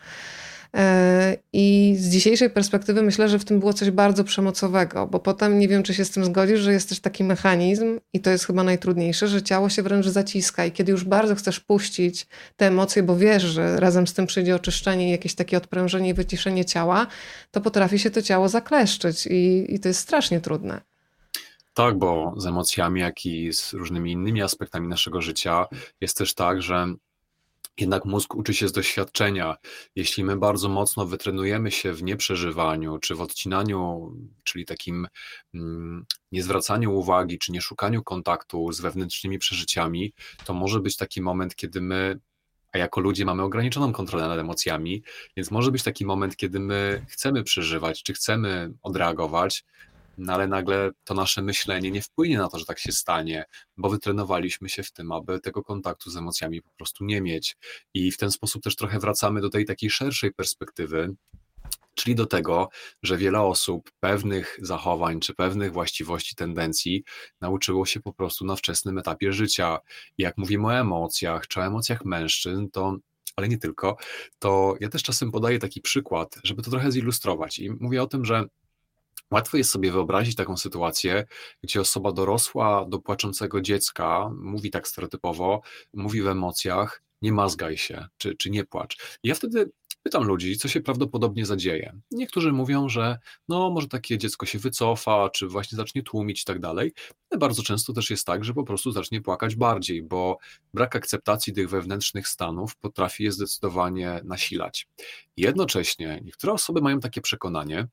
I z dzisiejszej perspektywy myślę, że w tym było coś bardzo przemocowego, bo potem nie wiem, czy się z tym zgodzisz, że jest też taki mechanizm i to jest chyba najtrudniejsze, że ciało się wręcz zaciska i kiedy już bardzo chcesz puścić te emocje, bo wiesz, że razem z tym przyjdzie oczyszczenie i jakieś takie odprężenie i wyciszenie ciała, to potrafi się to ciało zakleszczyć i to jest strasznie trudne. Tak, bo z emocjami, jak i z różnymi innymi aspektami naszego życia jest też tak, że jednak mózg uczy się z doświadczenia. Jeśli my bardzo mocno wytrenujemy się w nieprzeżywaniu, czy w odcinaniu, czyli takim niezwracaniu uwagi, czy nie szukaniu kontaktu z wewnętrznymi przeżyciami, to może być taki moment, kiedy my, a jako ludzie mamy ograniczoną kontrolę nad emocjami, więc może być taki moment, kiedy my chcemy przeżywać, czy chcemy odreagować, no ale nagle to nasze myślenie nie wpłynie na to, że tak się stanie, bo wytrenowaliśmy się w tym, aby tego kontaktu z emocjami po prostu nie mieć. I w ten sposób też trochę wracamy do tej takiej szerszej perspektywy, czyli do tego, że wiele osób pewnych zachowań czy pewnych właściwości, tendencji nauczyło się po prostu na wczesnym etapie życia. I jak mówimy o emocjach, czy o emocjach mężczyzn, to ale nie tylko, to ja też czasem podaję taki przykład, żeby to trochę zilustrować. I mówię o tym, że łatwo jest sobie wyobrazić taką sytuację, gdzie osoba dorosła do płaczącego dziecka mówi tak stereotypowo, mówi w emocjach, nie mazgaj się, czy nie płacz. I ja wtedy pytam ludzi, co się prawdopodobnie zadzieje. Niektórzy mówią, że no może takie dziecko się wycofa, czy właśnie zacznie tłumić i tak dalej, ale bardzo często też jest tak, że po prostu zacznie płakać bardziej, bo brak akceptacji tych wewnętrznych stanów potrafi je zdecydowanie nasilać. Jednocześnie niektóre osoby mają takie przekonanie,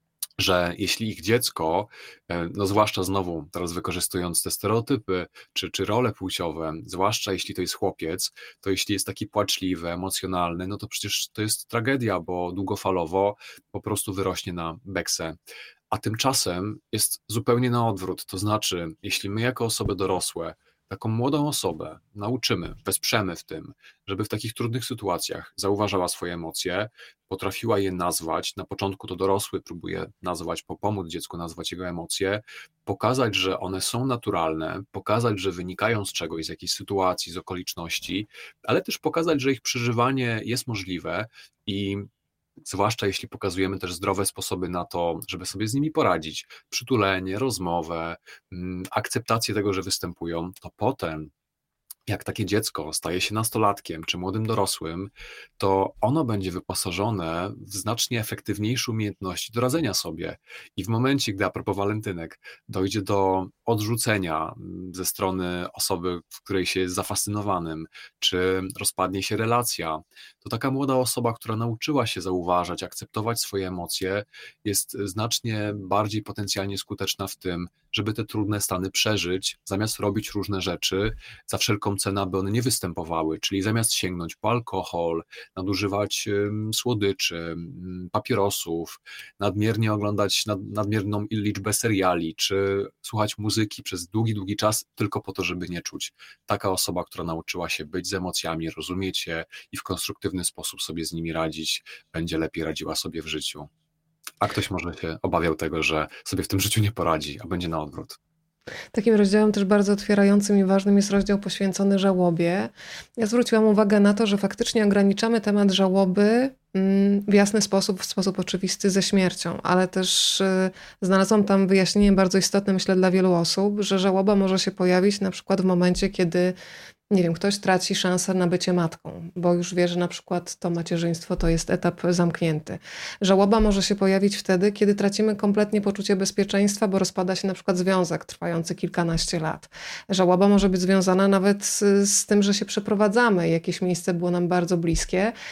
że jeśli ich dziecko, no zwłaszcza znowu teraz wykorzystując te stereotypy czy role płciowe, zwłaszcza jeśli to jest chłopiec, to jeśli jest taki płaczliwy, emocjonalny, no to przecież to jest tragedia, bo długofalowo po prostu wyrośnie na beksę. A tymczasem jest zupełnie na odwrót, to znaczy jeśli my jako osoby dorosłe taką młodą osobę nauczymy, wesprzemy w tym, żeby w takich trudnych sytuacjach zauważała swoje emocje, potrafiła je nazwać. Na początku to dorosły próbuje nazwać, pomóc dziecku nazwać jego emocje, pokazać, że one są naturalne, pokazać, że wynikają z czegoś, z jakiejś sytuacji, z okoliczności, ale też pokazać, że ich przeżywanie jest możliwe i zwłaszcza jeśli pokazujemy też zdrowe sposoby na to, żeby sobie z nimi poradzić, przytulenie, rozmowę, akceptację tego, że występują, to potem jak takie dziecko staje się nastolatkiem czy młodym dorosłym, to ono będzie wyposażone w znacznie efektywniejsze umiejętności do radzenia sobie. I w momencie, gdy a propos walentynek dojdzie do odrzucenia ze strony osoby, w której się jest zafascynowanym, czy rozpadnie się relacja, to taka młoda osoba, która nauczyła się zauważać, akceptować swoje emocje, jest znacznie bardziej potencjalnie skuteczna w tym, żeby te trudne stany przeżyć, zamiast robić różne rzeczy za wszelką cenę, aby one nie występowały, czyli zamiast sięgnąć po alkohol, nadużywać słodyczy, papierosów, nadmiernie oglądać nadmierną liczbę seriali, czy słuchać muzyki przez długi, długi czas tylko po to, żeby nie czuć. Taka osoba, która nauczyła się być z emocjami, rozumieć je i w konstruktywny sposób sobie z nimi radzić, będzie lepiej radziła sobie w życiu. A ktoś może się obawiał tego, że sobie w tym życiu nie poradzi, a będzie na odwrót. Takim rozdziałem też bardzo otwierającym i ważnym jest rozdział poświęcony żałobie. Ja zwróciłam uwagę na to, że faktycznie ograniczamy temat żałoby w jasny sposób, w sposób oczywisty ze śmiercią, ale też znalazłam tam wyjaśnienie bardzo istotne, myślę, dla wielu osób, że żałoba może się pojawić na przykład w momencie, kiedy nie wiem, ktoś traci szansę na bycie matką, bo już wie, że na przykład to macierzyństwo to jest etap zamknięty. Żałoba może się pojawić wtedy, kiedy tracimy kompletnie poczucie bezpieczeństwa, bo rozpada się na przykład związek trwający kilkanaście lat. Żałoba może być związana nawet z tym, że się przeprowadzamy i jakieś miejsce było nam bardzo bliskie.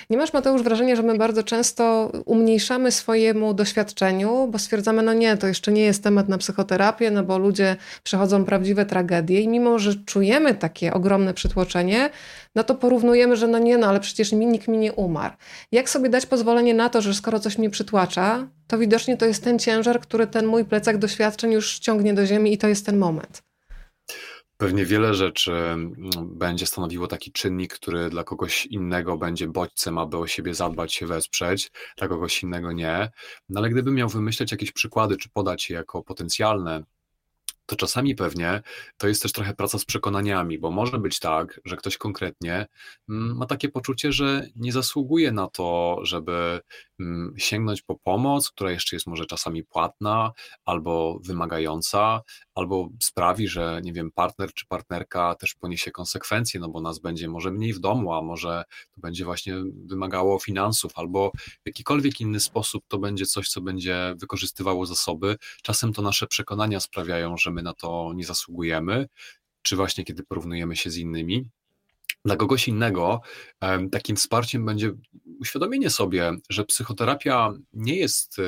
Nie masz, Mateusz, wrażenia, że my bardzo często umniejszamy swojemu doświadczeniu, bo stwierdzamy, no nie, to jeszcze nie jest temat na psychoterapię, no bo ludzie przechodzą prawdziwe tragedie i mimo, że czujemy takie ogromne przytłoczenie, no to porównujemy, że no nie, no ale przecież nikt mi nie umarł. Jak sobie dać pozwolenie na to, że skoro coś mnie przytłacza, to widocznie to jest ten ciężar, który ten mój plecak doświadczeń już ciągnie do ziemi i to jest ten moment. Pewnie wiele rzeczy będzie stanowiło taki czynnik, który dla kogoś innego będzie bodźcem, aby o siebie zadbać, się wesprzeć, dla kogoś innego nie. No ale gdybym miał wymyśleć jakieś przykłady, czy podać je jako potencjalne, to czasami pewnie to jest też trochę praca z przekonaniami, bo może być tak, że ktoś konkretnie ma takie poczucie, że nie zasługuje na to, żeby sięgnąć po pomoc, która jeszcze jest może czasami płatna albo wymagająca, albo sprawi, że nie wiem, partner czy partnerka też poniesie konsekwencje, no bo nas będzie może mniej w domu, a może to będzie właśnie wymagało finansów, albo w jakikolwiek inny sposób to będzie coś, co będzie wykorzystywało zasoby. Czasem to nasze przekonania sprawiają, że my na to nie zasługujemy, czy właśnie kiedy porównujemy się z innymi. Dla kogoś innego takim wsparciem będzie uświadomienie sobie, że psychoterapia nie jest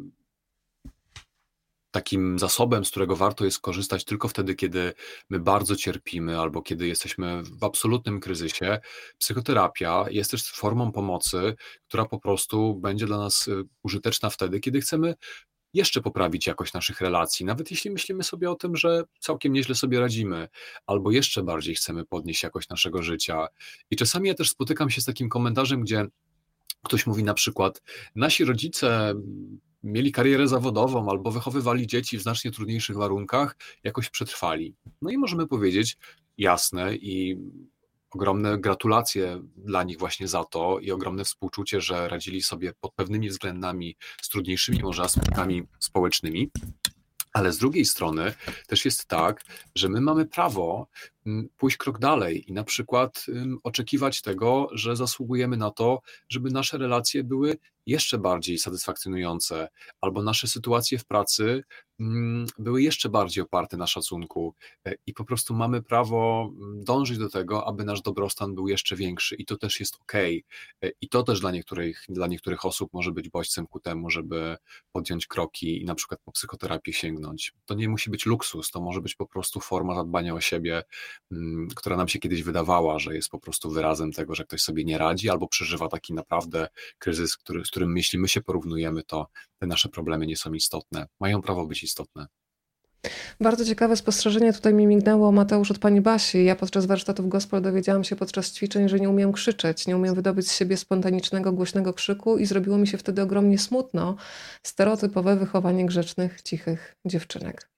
takim zasobem, z którego warto jest korzystać tylko wtedy, kiedy my bardzo cierpimy albo kiedy jesteśmy w absolutnym kryzysie. Psychoterapia jest też formą pomocy, która po prostu będzie dla nas użyteczna wtedy, kiedy chcemy jeszcze poprawić jakość naszych relacji, nawet jeśli myślimy sobie o tym, że całkiem nieźle sobie radzimy, albo jeszcze bardziej chcemy podnieść jakość naszego życia. I czasami ja też spotykam się z takim komentarzem, gdzie ktoś mówi na przykład, nasi rodzice mieli karierę zawodową albo wychowywali dzieci w znacznie trudniejszych warunkach, jakoś przetrwali. No i możemy powiedzieć, jasne i ogromne gratulacje dla nich właśnie za to i ogromne współczucie, że radzili sobie pod pewnymi względami z trudniejszymi może aspektami społecznymi. Ale z drugiej strony też jest tak, że my mamy prawo pójść krok dalej i na przykład oczekiwać tego, że zasługujemy na to, żeby nasze relacje były jeszcze bardziej satysfakcjonujące, albo nasze sytuacje w pracy były jeszcze bardziej oparte na szacunku i po prostu mamy prawo dążyć do tego, aby nasz dobrostan był jeszcze większy i to też jest okej. I to też dla niektórych osób może być bodźcem ku temu, żeby podjąć kroki i na przykład po psychoterapię sięgnąć. To nie musi być luksus, to może być po prostu forma zadbania o siebie, która nam się kiedyś wydawała, że jest po prostu wyrazem tego, że ktoś sobie nie radzi albo przeżywa taki naprawdę kryzys, z którym jeśli my się porównujemy, to te nasze problemy nie są istotne. Mają prawo być istotne. Bardzo ciekawe spostrzeżenie tutaj mi mignęło, Mateusz, od pani Basi. Ja podczas warsztatów gospel dowiedziałam się podczas ćwiczeń, że nie umiem krzyczeć, nie umiem wydobyć z siebie spontanicznego, głośnego krzyku i zrobiło mi się wtedy ogromnie smutno. Stereotypowe wychowanie grzecznych, cichych dziewczynek.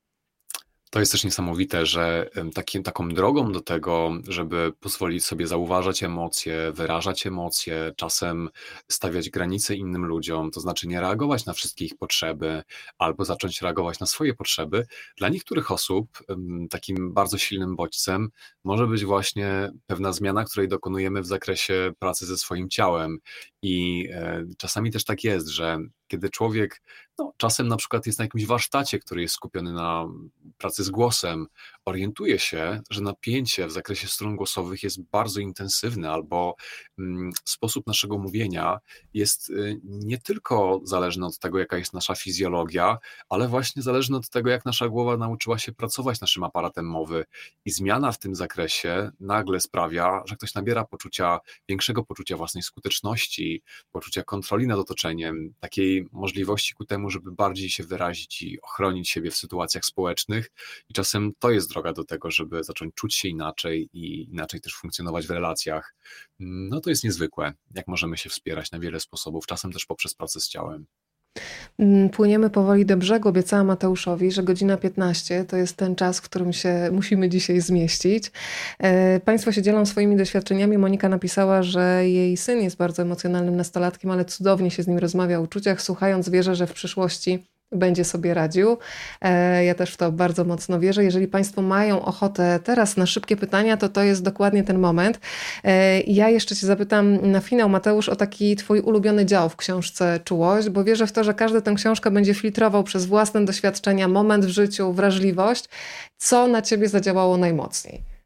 To jest też niesamowite, że taką drogą do tego, żeby pozwolić sobie zauważać emocje, wyrażać emocje, czasem stawiać granice innym ludziom, to znaczy nie reagować na wszystkie ich potrzeby, albo zacząć reagować na swoje potrzeby. Dla niektórych osób takim bardzo silnym bodźcem może być właśnie pewna zmiana, której dokonujemy w zakresie pracy ze swoim ciałem. I czasami też tak jest, że kiedy człowiek czasem na przykład jest na jakimś warsztacie, który jest skupiony na pracy z głosem, orientuje się, że napięcie w zakresie strun głosowych jest bardzo intensywne, albo sposób naszego mówienia jest nie tylko zależny od tego, jaka jest nasza fizjologia, ale właśnie zależny od tego, jak nasza głowa nauczyła się pracować naszym aparatem mowy. I zmiana w tym zakresie nagle sprawia, że ktoś nabiera większego poczucia własnej skuteczności, poczucia kontroli nad otoczeniem, takiej możliwości ku temu, żeby bardziej się wyrazić i ochronić siebie w sytuacjach społecznych. I czasem to jest droga do tego, żeby zacząć czuć się inaczej i inaczej też funkcjonować w relacjach. No to jest niezwykłe, jak możemy się wspierać na wiele sposobów, czasem też poprzez pracę z ciałem. Płyniemy powoli do brzegu. Obiecałam Mateuszowi, że godzina 15 to jest ten czas, w którym się musimy dzisiaj zmieścić. Państwo się dzielą swoimi doświadczeniami. Monika napisała, że jej syn jest bardzo emocjonalnym nastolatkiem, ale cudownie się z nim rozmawia o uczuciach. Słuchając, wierzę, że w przyszłości będzie sobie radził. Ja też w to bardzo mocno wierzę. Jeżeli Państwo mają ochotę teraz na szybkie pytania, to jest dokładnie ten moment. Ja jeszcze Cię zapytam na finał, Mateusz, o taki Twój ulubiony dział w książce Czułość, bo wierzę w to, że każdy tę książkę będzie filtrował przez własne doświadczenia, moment w życiu, wrażliwość. Co na Ciebie zadziałało najmocniej?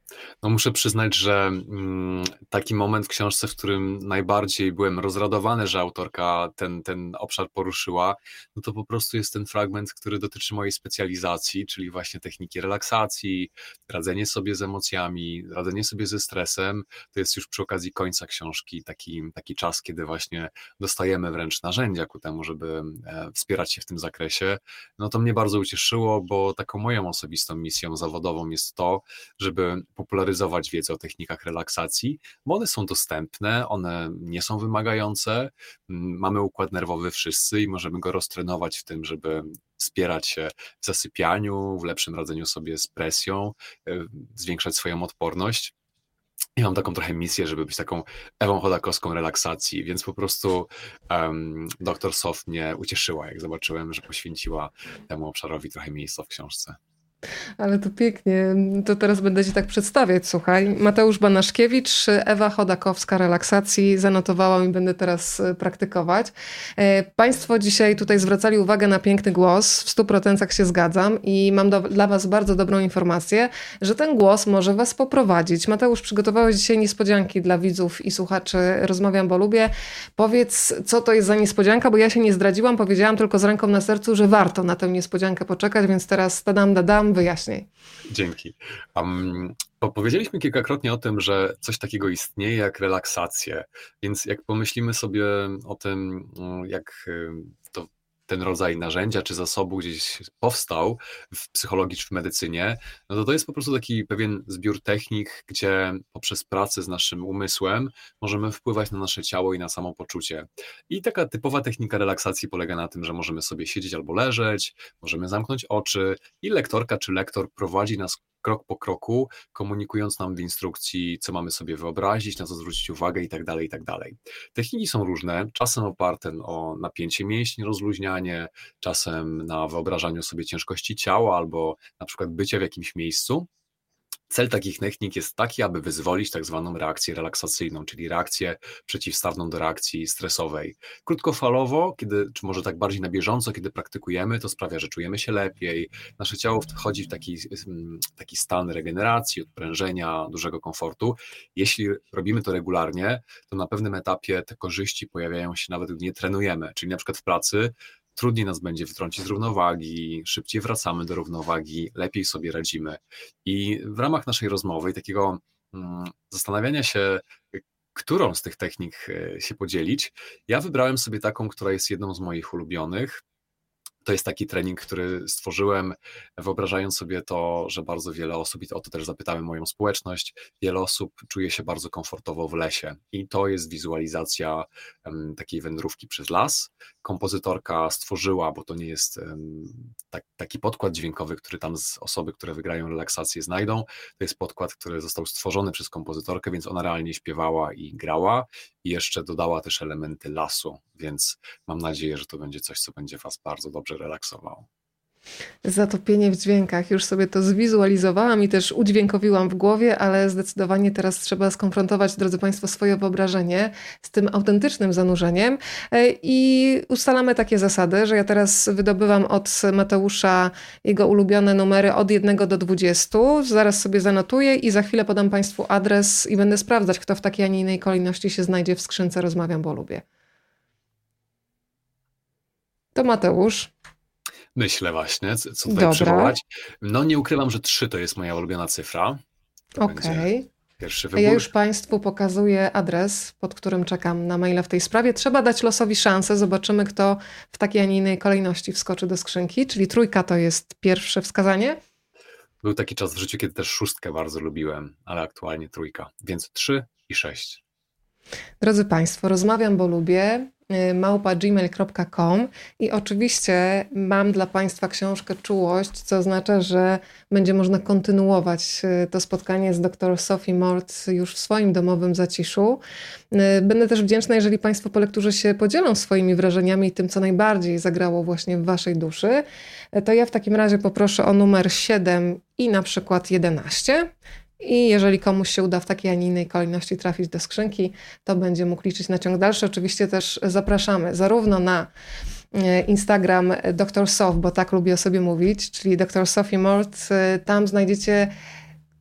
No muszę przyznać, że taki moment w książce, w którym najbardziej byłem rozradowany, że autorka ten obszar poruszyła, no to po prostu jest ten fragment, który dotyczy mojej specjalizacji, czyli właśnie techniki relaksacji, radzenie sobie z emocjami, radzenie sobie ze stresem. To jest już przy okazji końca książki taki czas, kiedy właśnie dostajemy wręcz narzędzia ku temu, żeby wspierać się w tym zakresie. No to mnie bardzo ucieszyło, bo taką moją osobistą misją zawodową jest to, żeby popularyzować wiedzę o technikach relaksacji, bo one są dostępne, one nie są wymagające, mamy układ nerwowy wszyscy i możemy go roztrenować w tym, żeby wspierać się w zasypianiu, w lepszym radzeniu sobie z presją, zwiększać swoją odporność. I mam taką trochę misję, żeby być taką Ewą Chodakowską relaksacji, więc po prostu dr Sof mnie ucieszyła, jak zobaczyłem, że poświęciła temu obszarowi trochę miejsca w książce. Ale to pięknie. To teraz będę Ci tak przedstawiać, słuchaj. Mateusz Banaszkiewicz, Ewa Chodakowska Relaksacji. Zanotowałam i będę teraz praktykować. Państwo dzisiaj tutaj zwracali uwagę na piękny głos. W 100% się zgadzam i mam dla Was bardzo dobrą informację, że ten głos może Was poprowadzić. Mateusz, przygotowałeś dzisiaj niespodzianki dla widzów i słuchaczy Rozmawiam, bo lubię. Powiedz, co to jest za niespodzianka, bo ja się nie zdradziłam. Powiedziałam tylko z ręką na sercu, że warto na tę niespodziankę poczekać, więc teraz tadam, wyjaśnij. Dzięki. Powiedzieliśmy kilkakrotnie o tym, że coś takiego istnieje jak relaksacje, więc jak pomyślimy sobie o tym, jak ten rodzaj narzędzia czy zasobu gdzieś powstał w psychologii czy w medycynie, no to jest po prostu taki pewien zbiór technik, gdzie poprzez pracę z naszym umysłem możemy wpływać na nasze ciało i na samopoczucie. I taka typowa technika relaksacji polega na tym, że możemy sobie siedzieć albo leżeć, możemy zamknąć oczy i lektorka czy lektor prowadzi nas krok po kroku, komunikując nam w instrukcji, co mamy sobie wyobrazić, na co zwrócić uwagę i tak dalej, i tak dalej. Techniki są różne, czasem oparte o napięcie mięśni, rozluźnianie, czasem na wyobrażaniu sobie ciężkości ciała albo na przykład bycia w jakimś miejscu. Cel takich technik jest taki, aby wyzwolić tak zwaną reakcję relaksacyjną, czyli reakcję przeciwstawną do reakcji stresowej. Krótkofalowo, czy może tak bardziej na bieżąco, kiedy praktykujemy, to sprawia, że czujemy się lepiej, nasze ciało wchodzi w taki stan regeneracji, odprężenia, dużego komfortu. Jeśli robimy to regularnie, to na pewnym etapie te korzyści pojawiają się nawet, gdy nie trenujemy, czyli na przykład w pracy trudniej nas będzie wytrącić z równowagi, szybciej wracamy do równowagi, lepiej sobie radzimy. I w ramach naszej rozmowy i takiego zastanawiania się, którą z tych technik się podzielić, ja wybrałem sobie taką, która jest jedną z moich ulubionych. To jest taki trening, który stworzyłem, wyobrażając sobie to, że bardzo wiele osób, i o to też zapytałem moją społeczność, wiele osób czuje się bardzo komfortowo w lesie. I to jest wizualizacja takiej wędrówki przez las. Kompozytorka stworzyła, bo to nie jest taki podkład dźwiękowy, który tam z osoby, które wygrają relaksację, znajdą. To jest podkład, który został stworzony przez kompozytorkę, więc ona realnie śpiewała i grała i jeszcze dodała też elementy lasu, więc mam nadzieję, że to będzie coś, co będzie Was bardzo dobrze relaksowało. Zatopienie w dźwiękach. Już sobie to zwizualizowałam i też udźwiękowiłam w głowie, ale zdecydowanie teraz trzeba skonfrontować, drodzy Państwo, swoje wyobrażenie z tym autentycznym zanurzeniem i ustalamy takie zasady, że ja teraz wydobywam od Mateusza jego ulubione numery od 1 do 20. Zaraz sobie zanotuję i za chwilę podam Państwu adres i będę sprawdzać, kto w takiej, a nie innej kolejności się znajdzie w skrzynce Rozmawiam, bo lubię. To Mateusz. Myślę właśnie, co tutaj przywołać. No nie ukrywam, że 3 to jest moja ulubiona cyfra. Okej. Pierwszy wybór. Ja już Państwu pokazuję adres, pod którym czekam na maila w tej sprawie. Trzeba dać losowi szansę. Zobaczymy, kto w takiej, a nie innej kolejności wskoczy do skrzynki. Czyli 3 to jest pierwsze wskazanie. Był taki czas w życiu, kiedy też 6 bardzo lubiłem, ale aktualnie 3. Więc 3 i 6. Drodzy Państwo, rozmawiam, bo lubię. @gmail.com i oczywiście mam dla Państwa książkę Czułość, co oznacza, że będzie można kontynuować to spotkanie z dr Sophie Mort już w swoim domowym zaciszu. Będę też wdzięczna, jeżeli Państwo po lekturze się podzielą swoimi wrażeniami i tym, co najbardziej zagrało właśnie w Waszej duszy. To ja w takim razie poproszę o numer 7 i na przykład 11. I jeżeli komuś się uda w takiej, a nie innej kolejności trafić do skrzynki, to będzie mógł liczyć na ciąg dalszy. Oczywiście też zapraszamy zarówno na Instagram Dr. Sof, bo tak lubię o sobie mówić, czyli Dr. Sophie Mort. Tam znajdziecie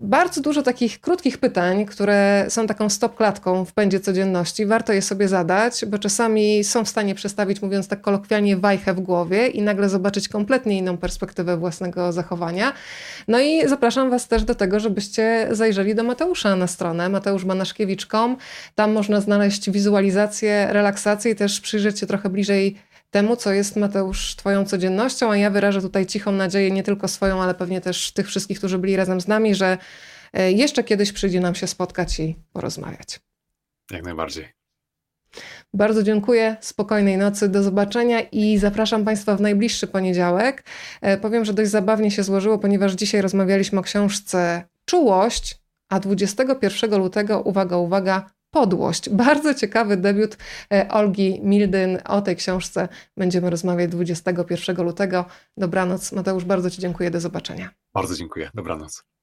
bardzo dużo takich krótkich pytań, które są taką stopklatką w pędzie codzienności. Warto je sobie zadać, bo czasami są w stanie przestawić, mówiąc tak kolokwialnie, wajchę w głowie i nagle zobaczyć kompletnie inną perspektywę własnego zachowania. No i zapraszam Was też do tego, żebyście zajrzeli do Mateusza na stronę mateuszbanaszkiewicz.com. Tam można znaleźć wizualizację, relaksację i też przyjrzeć się trochę bliżej temu, co jest, Mateusz, Twoją codziennością, a ja wyrażę tutaj cichą nadzieję, nie tylko swoją, ale pewnie też tych wszystkich, którzy byli razem z nami, że jeszcze kiedyś przyjdzie nam się spotkać i porozmawiać. Jak najbardziej. Bardzo dziękuję, spokojnej nocy, do zobaczenia i zapraszam Państwa w najbliższy poniedziałek. Powiem, że dość zabawnie się złożyło, ponieważ dzisiaj rozmawialiśmy o książce Czułość, a 21 lutego, uwaga, uwaga, Podłość. Bardzo ciekawy debiut Olgi Mildyn. O tej książce będziemy rozmawiać 21 lutego. Dobranoc. Mateusz, bardzo Ci dziękuję. Do zobaczenia. Bardzo dziękuję. Dobranoc.